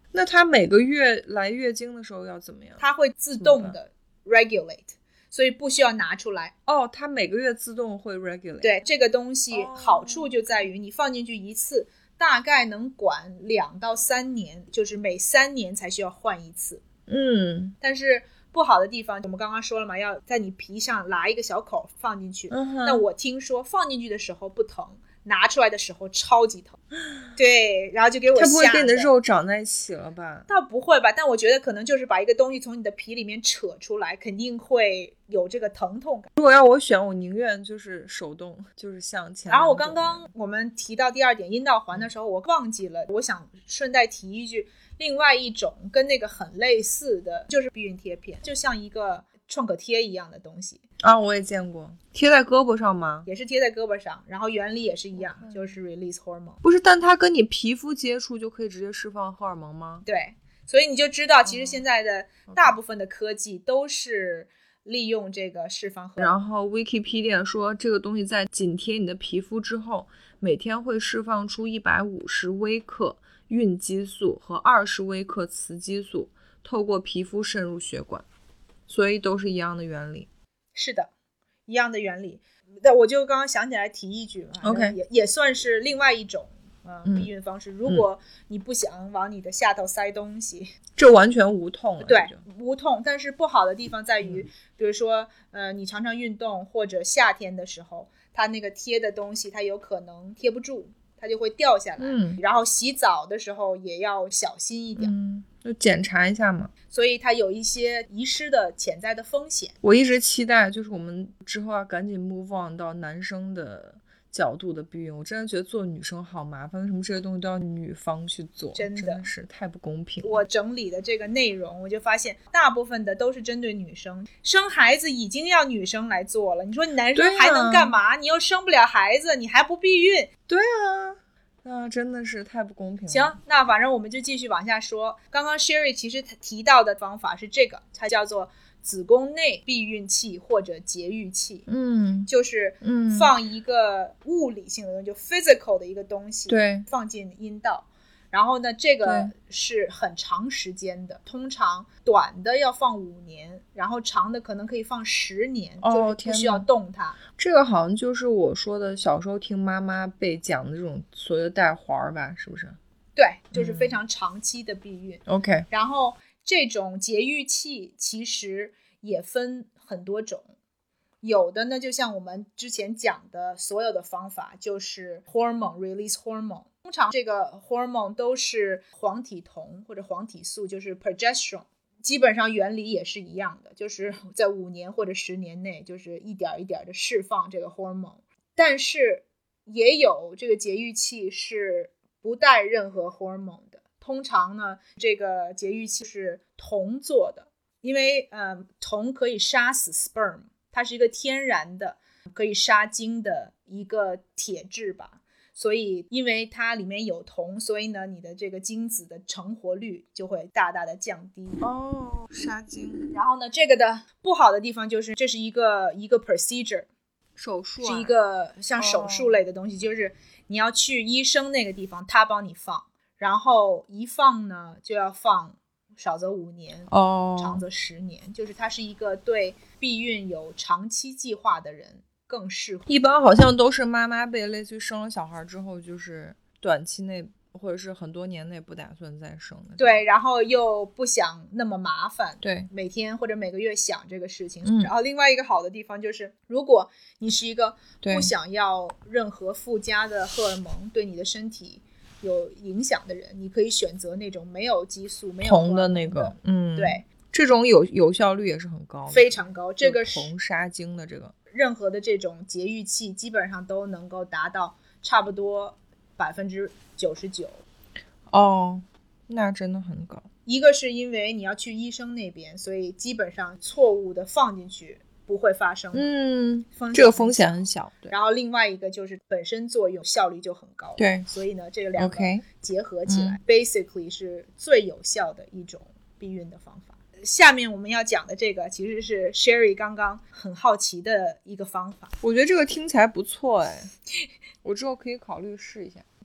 那它每个月来月经的时候要怎么样？ 它会自动的 regulate， 所以不需要拿出来。 哦，它每个月自动会 regulate。 对，这个东西好处就在于你放进去一次大概能管两到三年，就是每三年才需要换一次。 嗯， 但是不好的地方我们刚刚说了嘛，要在你皮上拉一个小口放进去、嗯、那我听说放进去的时候不疼，拿出来的时候超级疼。对，然后就给我吓的。 它不会跟你的肉长在一起了吧？ 倒不会吧，但我觉得可能就是把一个东西从你的皮里面扯出来，肯定会有这个疼痛感。 如果要我选，我宁愿就是手动，就是像前。 然后我刚刚我们提到第二点阴道环的时候，我忘记了，我想顺带提一句，另外一种跟那个很类似的就是避孕贴片，就像一个创可贴一样的东西啊，我也见过，贴在胳膊上吗？ 也是贴在胳膊上，然后原理也是一样、okay. 就是 release hormone。 不是，但它跟你皮肤接触就可以直接释放荷尔蒙吗？ 对，所以你就知道其实现在的大部分的科技都是利用这个释放荷尔蒙。 然后 Wikipedia 说这个东西在紧贴你的皮肤之后，每天会释放出一百五十微克孕激素和二十微克雌激素，透过皮肤渗入血管，所以都是一样的原理。 是的，一样的原理。但我就刚刚想起来提一句嘛 ，OK， 也也算是另外一种呃避孕方式、嗯。如果你不想往你的下头塞东西，嗯、 这完全无痛了。 对，无痛。但是不好的地方在于，嗯、比如说呃，你常常运动或者夏天的时候，它那个贴的东西它有可能贴不住，它就会掉下来。嗯，然后洗澡的时候也要小心一点。 嗯，就检查一下嘛。 所以它有一些遗失的潜在的风险。 我一直期待就是我们之后要赶紧 move on 到男生的角度的避孕。我真的觉得做女生好麻烦，为什么这些东西都要女方去做？ 真的, 真的是太不公平了。 我整理的这个内容我就发现大部分的都是针对女生，生孩子已经要女生来做了，你说你男生还能干嘛、啊、你又生不了孩子，你还不避孕？ 对啊，啊，真的是太不公平了。 行，那反正我们就继续往下说。刚刚 Sherry 其实提到的方法是这个，它叫做子宫内避孕器或者节育器。嗯，就是放一个物理性的东西，就 physical 的一个东西， 对， 放进阴道。然后呢，这个是很长时间的，通常短的要放五年，然后长的可能可以放十年， 哦、 就是不需要动它。 这个好像就是我说的小时候听妈妈被讲的这种所谓的带环吧，是不是？ 对，就是非常长期的避孕。 嗯、OK。 然后这种节育器其实也分很多种，有的呢就像我们之前讲的所有的方法，就是 hormone release hormone。通常这个 hormone 都是黄体酮或者黄体素，就是 progesterone， 基本上原理也是一样的，就是在五年或者十年内就是一点一点的释放这个 hormone。 但是也有这个节育器是不带任何 hormone 的，通常呢这个节育器是铜做的，因为呃铜可以杀死 sperm， 它是一个天然的可以杀精的一个铁质吧，所以因为它里面有铜，所以呢你的这个精子的成活率就会大大的降低。 哦，杀精。 然后呢这个的不好的地方就是这是一个一个 procedure， 手术、啊、 是一个像手术类的东西、哦、就是你要去医生那个地方他帮你放，然后一放呢就要放少则五年、哦、长则十年，就是它是一个对避孕有长期计划的人更适合。 一般好像都是妈妈被类似于生了小孩之后，就是短期内或者是很多年内不打算再生的。 对，然后又不想那么麻烦， 对， 每天或者每个月想这个事情、嗯、然后另外一个好的地方就是如果你是一个不想要任何附加的荷尔蒙对你的身体有影响的人，你可以选择那种没有激素没有铜的那个，嗯， 对， 这种有有效率也是很高的， 非常高。这个是铜杀精的，这个任何的这种节育器基本上都能够达到差不多百分之九十九。 哦，那真的很高。 一个是因为你要去医生那边，所以基本上错误的放进去不会发生， 嗯，这个风险很小。对， 然后另外一个就是本身作用效率就很高， 对， 所以呢这个两个结合起来、okay, 嗯、basically 是最有效的一种避孕的方法。下面我们要讲的这个其实是 Sherry 刚刚很好奇的一个方法， 我觉得这个听起来不错哎，我之后可以考虑试一下。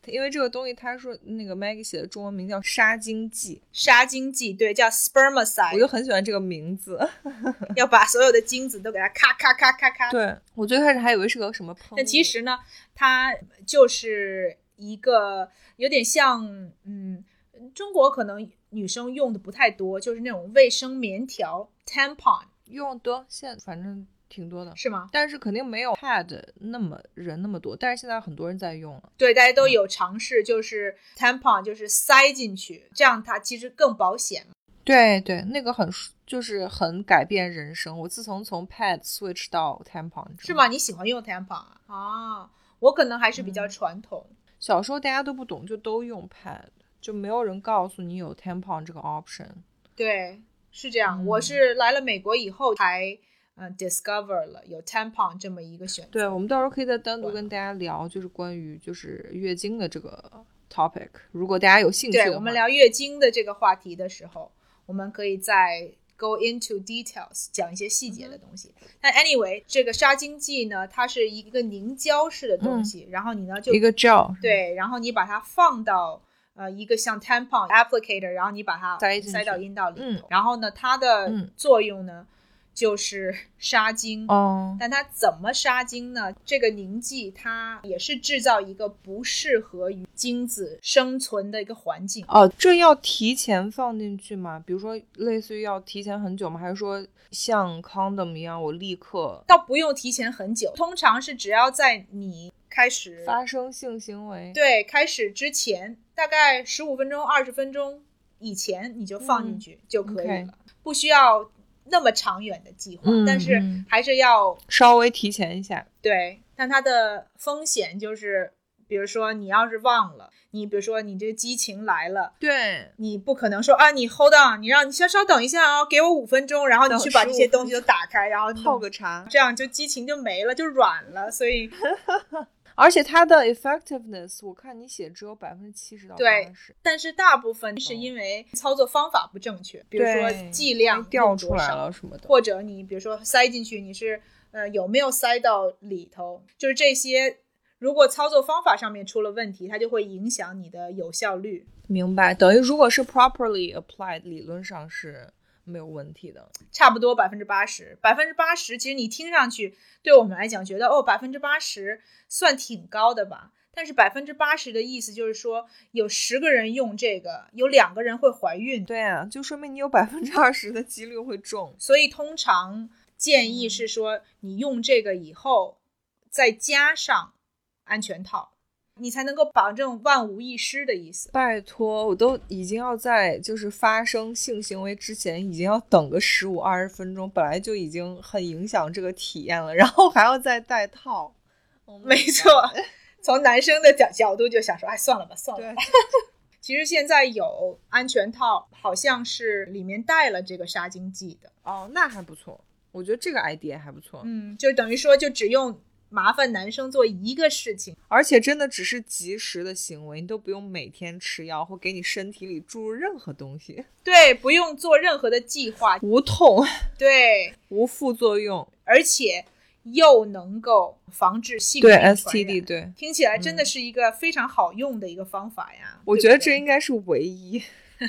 因为这个东西他说那个 Maggie 写的中文名叫杀精剂， 杀精剂，对，叫 spermicide， 我就很喜欢这个名字要把所有的精子都给它咔咔咔咔咔。 对，我最开始还以为是个什么喷雾， 但其实呢它就是一个有点像嗯，中国可能女生用的不太多，就是那种卫生棉条 tampon 用多，现在反正挺多的， 是吗？ 但是肯定没有 pad 那么人那么多，但是现在很多人在用了。 对，大家都有尝试，就是 tampon 就是塞进去，这样它其实更保险。 对对，那个很就是很改变人生。我自从从 pad switch 到 tampon， 是吗？你喜欢用 tampon 啊？啊，我可能还是比较传统、 嗯、小时候大家都不懂，就都用 pad， 就没有人告诉你有 tampon 这个 option。 对，是这样、 嗯、 我是来了美国以后才呃 discover 了有 tampon 这么一个选择。 对，我们到时候可以再单独跟大家聊，就是关于就是月经的这个 topic， 如果大家有兴趣的话。 对，我们聊月经的这个话题的时候，我们可以再 go into details 讲一些细节的东西、嗯、但 anyway 这个杀精剂呢，它是一个凝胶式的东西、嗯、然后你呢就一个 gel， 对，然后你把它放到呃一个像 tampon applicator， 然后你把它塞塞到阴道里头、 嗯、 然后呢它的作用呢、嗯就是杀精、 哦、 但它怎么杀精呢？这个凝剂它也是制造一个不适合于精子生存的一个环境。 哦，这要提前放进去吗？比如说类似于要提前很久吗？还是说像 condom 一样我立刻？ 倒不用提前很久，通常是只要在你开始发生性行为， 对，开始之前大概十五分钟二十分钟以前你就放进去就可以了、嗯 okay、不需要那么长远的计划、嗯、但是还是要稍微提前一下。 对，但它的风险就是比如说你要是忘了，你比如说你这个激情来了， 对， 你不可能说啊你 hold on， 你让你稍稍等一下啊，给我五分钟，然后你去把这些东西都打开，然后泡个茶， 这样就激情就没了，就软了。所以而且它的 effectiveness 我看你写只有 百分之七十 到八十， 对，但是大部分是因为操作方法不正确、哦、比如说剂量掉出来了什么的， 或者你比如说塞进去你是呃有没有塞到里头，就是这些如果操作方法上面出了问题，它就会影响你的有效率。 明白，等于如果是 properly applied 理论上是没有问题的， 差不多百分之八十，百分之八十，其实你听上去对我们来讲觉得哦，百分之八十算挺高的吧？但是百分之八十的意思就是说，有十个人用这个，有两个人会怀孕。 对啊，就说明你有百分之二十的几率会中。 所以通常建议是说，你用这个以后，再加上安全套。你才能够保证万无一失的意思。 拜托，我都已经要在就是发生性行为之前已经要等个十五二十分钟，本来就已经很影响这个体验了，然后还要再戴套。 没错，从男生的角角度就想说，哎，算了吧，算了吧。其实现在有安全套，好像是里面带了这个杀精剂的。 哦，那还不错，我觉得这个 idea 还不错。 嗯，就等于说就只用麻烦男生做一个事情， 而且真的只是及时的行为，你都不用每天吃药或给你身体里注入任何东西。 对，不用做任何的计划， 无痛， 对， 无副作用， 而且又能够防治性对 S T D， 对， 听起来真的是一个非常好用的一个方法呀。 嗯、我觉得这应该是唯一。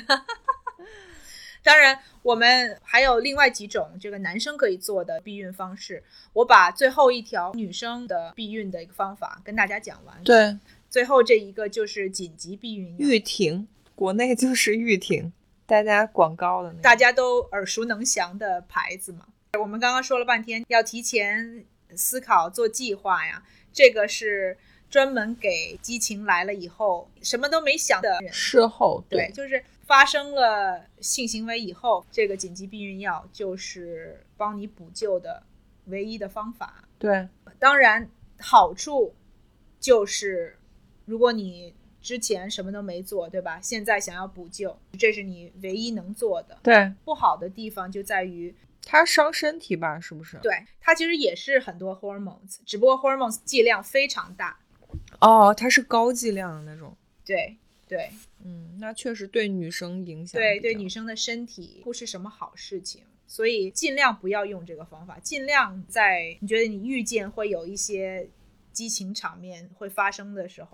当然我们还有另外几种这个男生可以做的避孕方式，我把最后一条女生的避孕的一个方法跟大家讲完。 对， 最后这一个就是紧急避孕药， 玉婷，国内就是玉婷，大家广告的那个大家都耳熟能详的牌子嘛。我们刚刚说了半天要提前思考做计划呀，这个是专门给激情来了以后什么都没想的人事后对, 对就是发生了性行为以后，这个紧急避孕药就是帮你补救的唯一的方法。 对， 当然好处就是如果你之前什么都没做，对吧？现在想要补救，这是你唯一能做的。 对， 不好的地方就在于它伤身体吧，是不是？ 对，它其实也是很多 hormones， 只不过 hormones 剂量非常大。 哦，它是高剂量的那种。 对对， 嗯，那确实对女生影响， 对对女生的身体不是什么好事情，所以尽量不要用这个方法，尽量在你觉得你预见会有一些激情场面会发生的时候，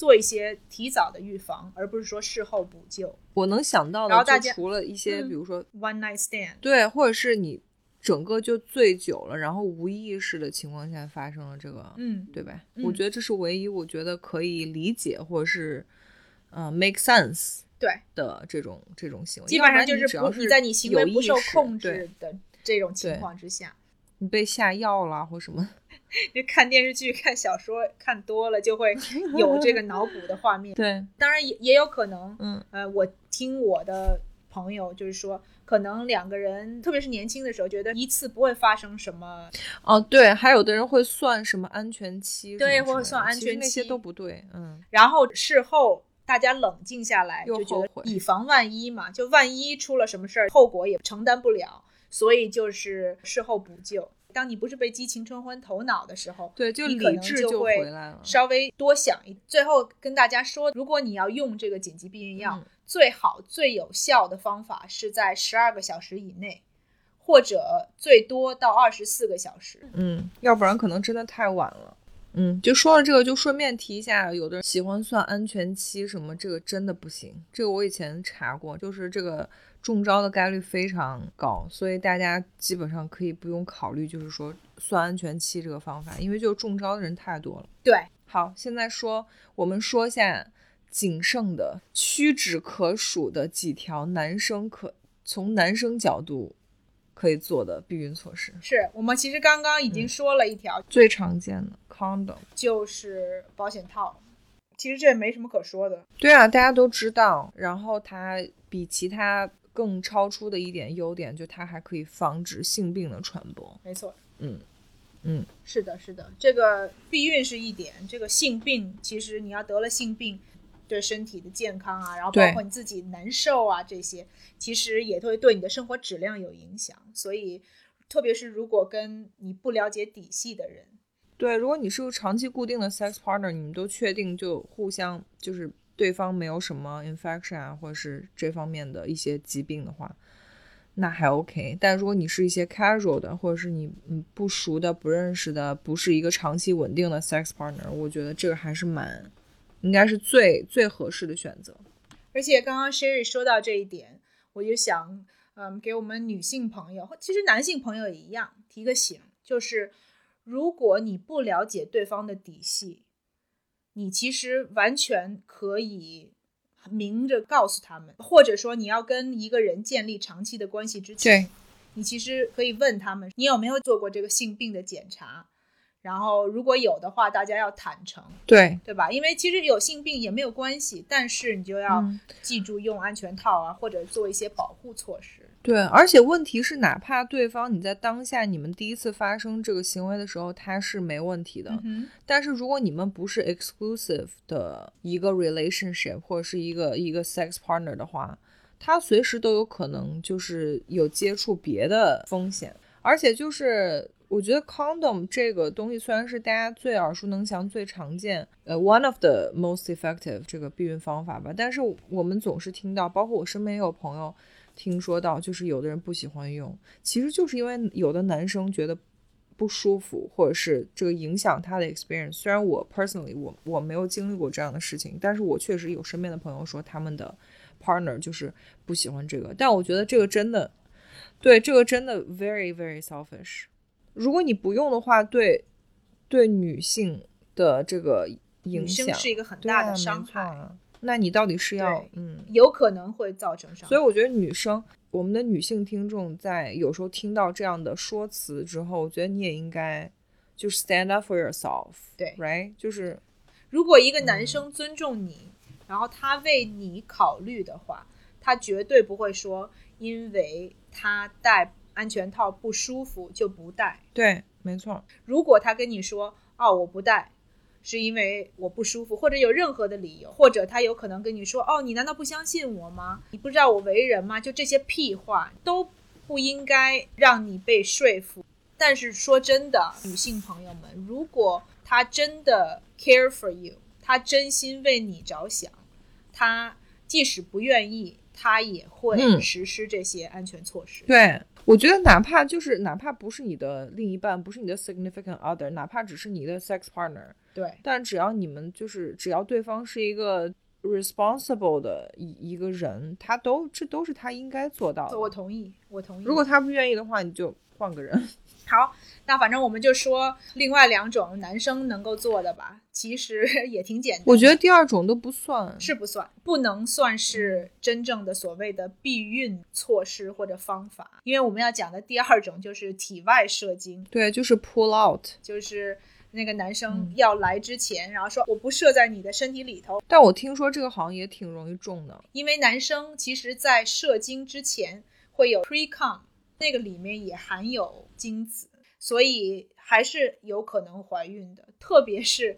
做一些提早的预防，而不是说事后补救。 我能想到的就除了一些、嗯、比如说 one night stand， 对，或者是你整个就醉酒了，然后无意识的情况下发生了这个， 嗯， 对吧、 嗯、 我觉得这是唯一我觉得可以理解或者是呃 make sense 对的这种这种行为， 基本上就是不你在你行为不受控制的这种情况之下， 你被下药了或什么。 就看电视剧看小说看多了就会有这个脑补的画面对， 当然也也有可能嗯呃，我听我的朋友就是说可能两个人特别是年轻的时候觉得一次不会发生什么哦，对，还有的人会算什么安全期， 对，或者算安全期， 其实那些都不对，嗯， 然后事后大家冷静下来就觉得以防万一嘛，就万一出了什么事儿后果也承担不了，所以就是事后补救。当你不是被激情冲昏头脑的时候， 对，就理智就回来了， 稍微多想一。最后跟大家说，如果你要用这个紧急避孕药、嗯、最好最有效的方法是在十二个小时以内，或者最多到二十四个小时。 嗯，要不然可能真的太晚了。嗯，就说了这个，就顺便提一下，有的人喜欢算安全期什么，这个真的不行。这个我以前查过，就是这个中招的概率非常高，所以大家基本上可以不用考虑就是说算安全期这个方法，因为就中招的人太多了。 对， 好，现在说我们说一下仅剩的屈指可数的几条男生可从男生角度可以做的避孕措施。 是我们其实刚刚已经说了一条、 嗯、最常见的 condom 就是保险套，其实这也没什么可说的。 对啊，大家都知道，然后它比其他更超出的一点优点就它还可以防止性病的传播。 没错， 嗯嗯， 是的是的，这个避孕是一点，这个性病其实你要得了性病对身体的健康啊，然后包括你自己难受啊，这些其实也会对你的生活质量有影响。所以特别是如果跟你不了解底细的人， 对，如果你是个长期固定的 sex partner， 你们都确定就互相就是对方没有什么 infection 啊或者是这方面的一些疾病的话，那还 OK。 但如果你是一些 casual 的，或者是你不熟的不认识的，不是一个长期稳定的 sex partner， 我觉得这个还是蛮应该是最最合适的选择。 而且刚刚 Sherry 说到这一点，我就想嗯，给我们女性朋友其实男性朋友也一样提个醒，就是如果你不了解对方的底细，你其实完全可以明着告诉他们，或者说你要跟一个人建立长期的关系之前，你其实可以问他们你有没有做过这个性病的检查，然后如果有的话大家要坦诚， 对对吧？因为其实有性病也没有关系，但是你就要记住用安全套啊、嗯、或者做一些保护措施。 对，而且问题是哪怕对方你在当下你们第一次发生这个行为的时候他是没问题的、 嗯、 但是如果你们不是 exclusive 的一个 relationship 或者是一个一个 sex partner 的话，他随时都有可能就是有接触别的风险。而且就是我觉得 condom 这个东西虽然是大家最耳熟能详最常见呃 one of the most effective 这个避孕方法吧，但是我们总是听到，包括我身边也有朋友听说到，就是有的人不喜欢用，其实就是因为有的男生觉得不舒服，或者是这个影响他的 experience。 虽然我 personally 我我没有经历过这样的事情，但是我确实有身边的朋友说他们的 partner 就是不喜欢这个，但我觉得这个真的对这个真的 very very selfish。 如果你不用的话，对对女性的这个影响， 女性是一个很大的伤害、 啊、那你到底是要嗯， 有可能会造成伤害。 所以我觉得女生我们的女性听众在有时候听到这样的说辞之后，我觉得你也应该就是 stand up for yourself， 对 right， 就是如果一个男生尊重你、嗯、然后他为你考虑的话，他绝对不会说因为他戴安全套不舒服就不戴。 对，没错。 如果他跟你说哦我不戴是因为我不舒服，或者有任何的理由，或者他有可能跟你说哦你难道不相信我吗？你不知道我为人吗？就这些屁话都不应该让你被说服。但是说真的，女性朋友们，如果他真的 care for you， 他真心为你着想，他即使不愿意他也会实施这些安全措施、 嗯、对，我觉得哪怕就是哪怕不是你的另一半，不是你的 significant other， 哪怕只是你的 sex partner， 对， 但只要你们就是只要对方是一个 responsible 的一一个人，他都这都是他应该做到的。 我同意，我同意。 如果他不愿意的话，你就换个人。 好，那反正我们就说另外两种男生能够做的吧，其实也挺简单的。 我觉得第二种都不算， 是不算，不能算是真正的所谓的避孕措施或者方法，因为我们要讲的第二种就是体外射精。 对，就是 pull out， 就是那个男生要来之前、嗯、然后说我不射在你的身体里头。 但我听说这个好像也挺容易中的， 因为男生其实在射精之前会有 pre-cum， 那个里面也含有精子，所以还是有可能怀孕的。特别是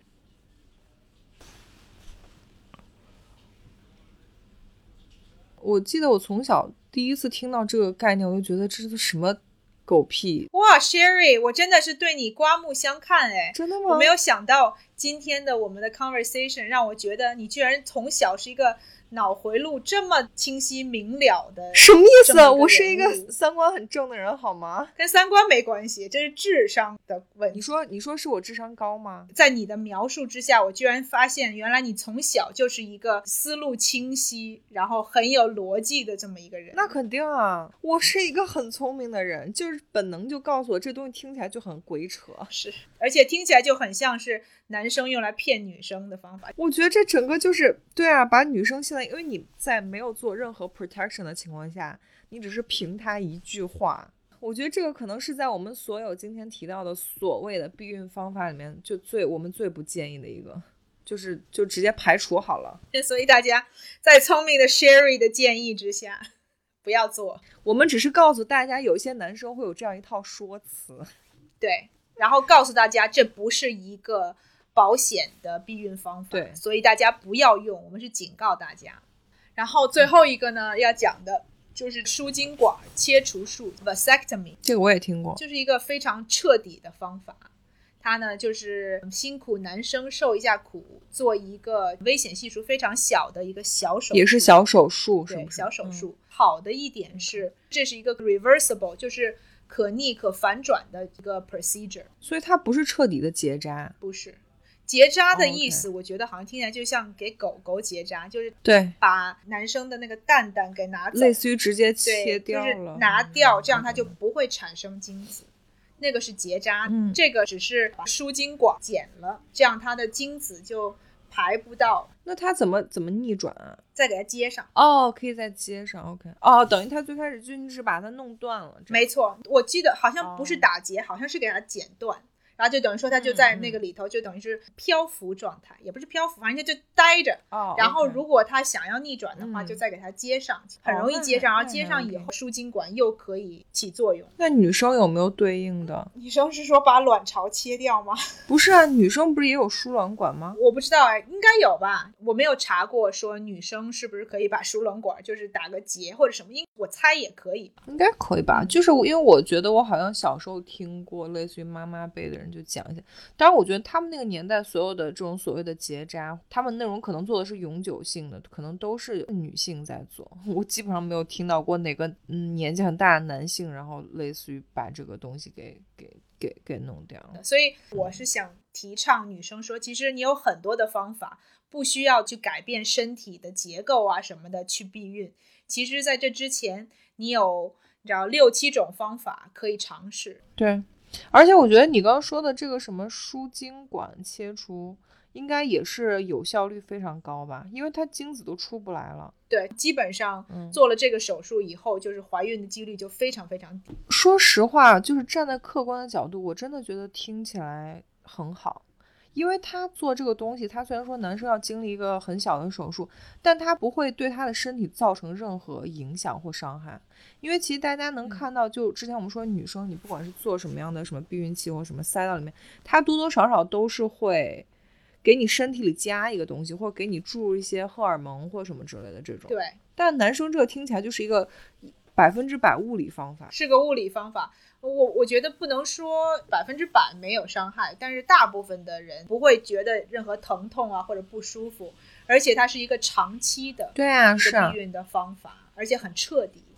我记得我从小第一次听到这个概念，我就觉得这是什么狗屁。 哇 Sherry， 我真的是对你刮目相看哎！ 真的吗？ 我没有想到今天的我们的 conversation 让我觉得你居然从小是一个脑回路这么清晰明了的。 什么意思？我是一个三观很正的人好吗？ 跟三观没关系，这是智商的问题。 你说你说是我智商高吗？ 在你的描述之下，我居然发现原来你从小就是一个思路清晰然后很有逻辑的这么一个人。 那肯定啊，我是一个很聪明的人，就是本能就告诉我这东西听起来就很鬼扯。 是，而且听起来就很像是男生用来骗女生的方法。 我觉得这整个就是对啊，把女生现在因为你在没有做任何 protection 的情况下，你只是凭他一句话，我觉得这个可能是在我们所有今天提到的所谓的避孕方法里面就最我们最不建议的一个，就是就直接排除好了。 所以大家在聪明的 Sherry 的建议之下不要做。 我们只是告诉大家有些男生会有这样一套说辞， 对，然后告诉大家这不是一个保险的避孕方法， 对， 所以大家不要用，我们是警告大家。然后最后一个呢、嗯、要讲的就是输精管切除术 vasectomy， 这个我也听过， 就是一个非常彻底的方法。它呢就是辛苦男生受一下苦，做一个危险系数非常小的一个小手术， 也是小手术， 对， 是不是小手术、嗯、好的一点是这是一个 reversible， 就是可逆可反转的一个 procedure， 所以它不是彻底的结扎。 不是结扎的意思、oh, okay. 我觉得好像听起来就像给狗狗结扎，就是对把男生的那个蛋蛋给拿走， 类似于直接切掉了， 就是拿掉，这样它就不会产生精子、嗯、那个是结扎、嗯、这个只是把输精管剪了，这样它的精子就排不到。 那它怎么怎么逆转啊？ 再给它接上。 哦，可以再接上 OK。 哦，等于它最开始就是把它弄断了。 没错，我记得好像不是打结、哦、好像是给它剪断，然后就等于说它就在那个里头、嗯、就等于是漂浮状态，也不是漂浮，反正就待着、哦、然后如果它想要逆转的话、嗯、就再给它接上，很容易接上、哦、然后接上以后输精管又可以起作用。 那女生有没有对应的？ 女生是说把卵巢切掉吗？ 不是啊，女生不是也有输卵管吗？ 我不知道哎，应该有吧，我没有查过说女生是不是可以把输卵管就是打个结或者什么，我猜也可以， 应该可以吧。就是因为我觉得我好像小时候听过类似于妈妈辈的人就讲一下，当然我觉得他们那个年代所有的这种所谓的结扎，他们那种可能做的是永久性的，可能都是女性在做，我基本上没有听到过哪个、嗯、年纪很大的男性然后类似于把这个东西给给给给弄掉。 所以我是想提倡女生说，其实你有很多的方法，不需要去改变身体的结构啊什么的去避孕，其实在这之前你有你知道六七种方法可以尝试。 对，而且我觉得你刚刚说的这个什么输精管切除应该也是有效率非常高吧，因为它精子都出不来了。 对，基本上做了这个手术以后、嗯、就是怀孕的几率就非常非常低。 说实话，就是站在客观的角度，我真的觉得听起来很好，因为他做这个东西，他虽然说男生要经历一个很小的手术，但他不会对他的身体造成任何影响或伤害。因为其实大家能看到，就之前我们说女生你不管是做什么样的什么避孕器或什么塞到里面，它多多少少都是会给你身体里加一个东西，或者给你注入一些荷尔蒙或什么之类的这种。 对， 但男生这个听起来就是一个百分之百物理方法， 是个物理方法。我我觉得不能说百分之百没有伤害，但是大部分的人不会觉得任何疼痛啊或者不舒服，而且它是一个长期的对啊是避孕的方法，而且很彻底。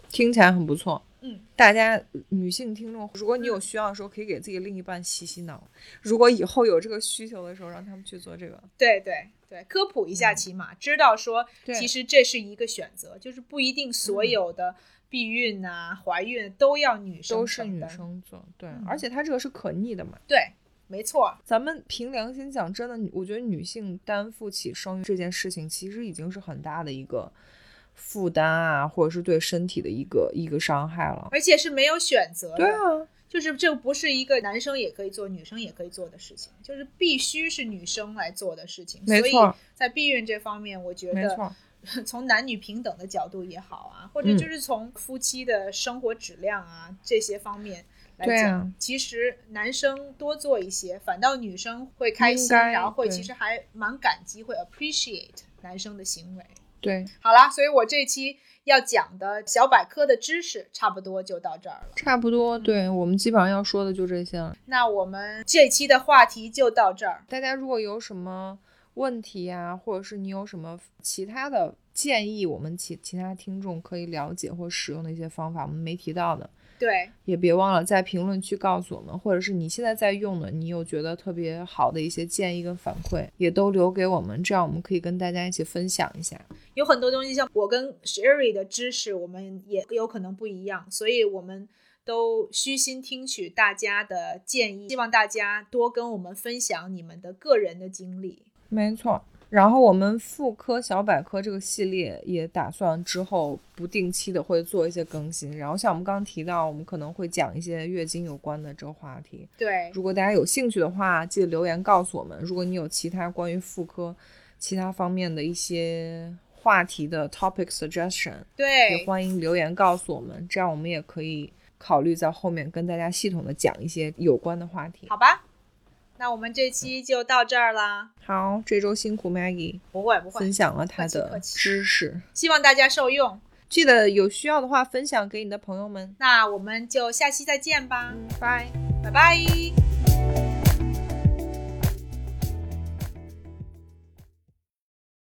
听起来很不错。 嗯， 大家女性听众，如果你有需要的时候，可以给自己另一半洗洗脑。如果以后有这个需求的时候，让他们去做这个。 对对对，科普一下，起码、嗯、知道说，其实这是一个选择，就是不一定所有的避孕啊、嗯、怀孕都要女生都是女生做。对、嗯，而且它这个是可逆的嘛。 对。没错， 咱们凭良心讲，真的，我觉得女性担负起生育这件事情，其实已经是很大的一个负担啊，或者是对身体的一个一个伤害了， 而且是没有选择的。 对啊， 就是这不是一个男生也可以做，女生也可以做的事情，就是必须是女生来做的事情。 没错， 所以在避孕这方面，我觉得从男女平等的角度也好啊，或者就是从夫妻的生活质量啊、嗯、这些方面来讲、啊、其实男生多做一些，反倒女生会开心，然后会其实还蛮感激，会 appreciate 男生的行为。 对， 好啦，所以我这期要讲的小百科的知识差不多就到这儿了。 差不多，对、嗯、我们基本上要说的就这些了。 那我们这期的话题就到这儿。 大家如果有什么问题啊，或者是你有什么其他的建议，我们其其他听众可以了解或使用的一些方法，我们没提到的， 对， 也别忘了在评论区告诉我们，或者是你现在在用的，你有觉得特别好的一些建议跟反馈，也都留给我们，这样我们可以跟大家一起分享一下。 有很多东西像我跟 Sherry 的知识我们也有可能不一样，所以我们都虚心听取大家的建议，希望大家多跟我们分享你们的个人的经历。 没错，然后我们妇科小百科这个系列也打算之后不定期的会做一些更新，然后像我们刚刚提到，我们可能会讲一些月经有关的这个话题。 对， 如果大家有兴趣的话，记得留言告诉我们。如果你有其他关于妇科其他方面的一些话题的 topic suggestion， 对， 也欢迎留言告诉我们，这样我们也可以考虑在后面跟大家系统的讲一些有关的话题。 好吧，那我们这期就到这儿啦。 好，这周辛苦 Maggie， 不会不会， 分享了她的知识， 希望大家受用。 记得有需要的话分享给你的朋友们。 那我们就下期再见吧， 拜拜拜拜。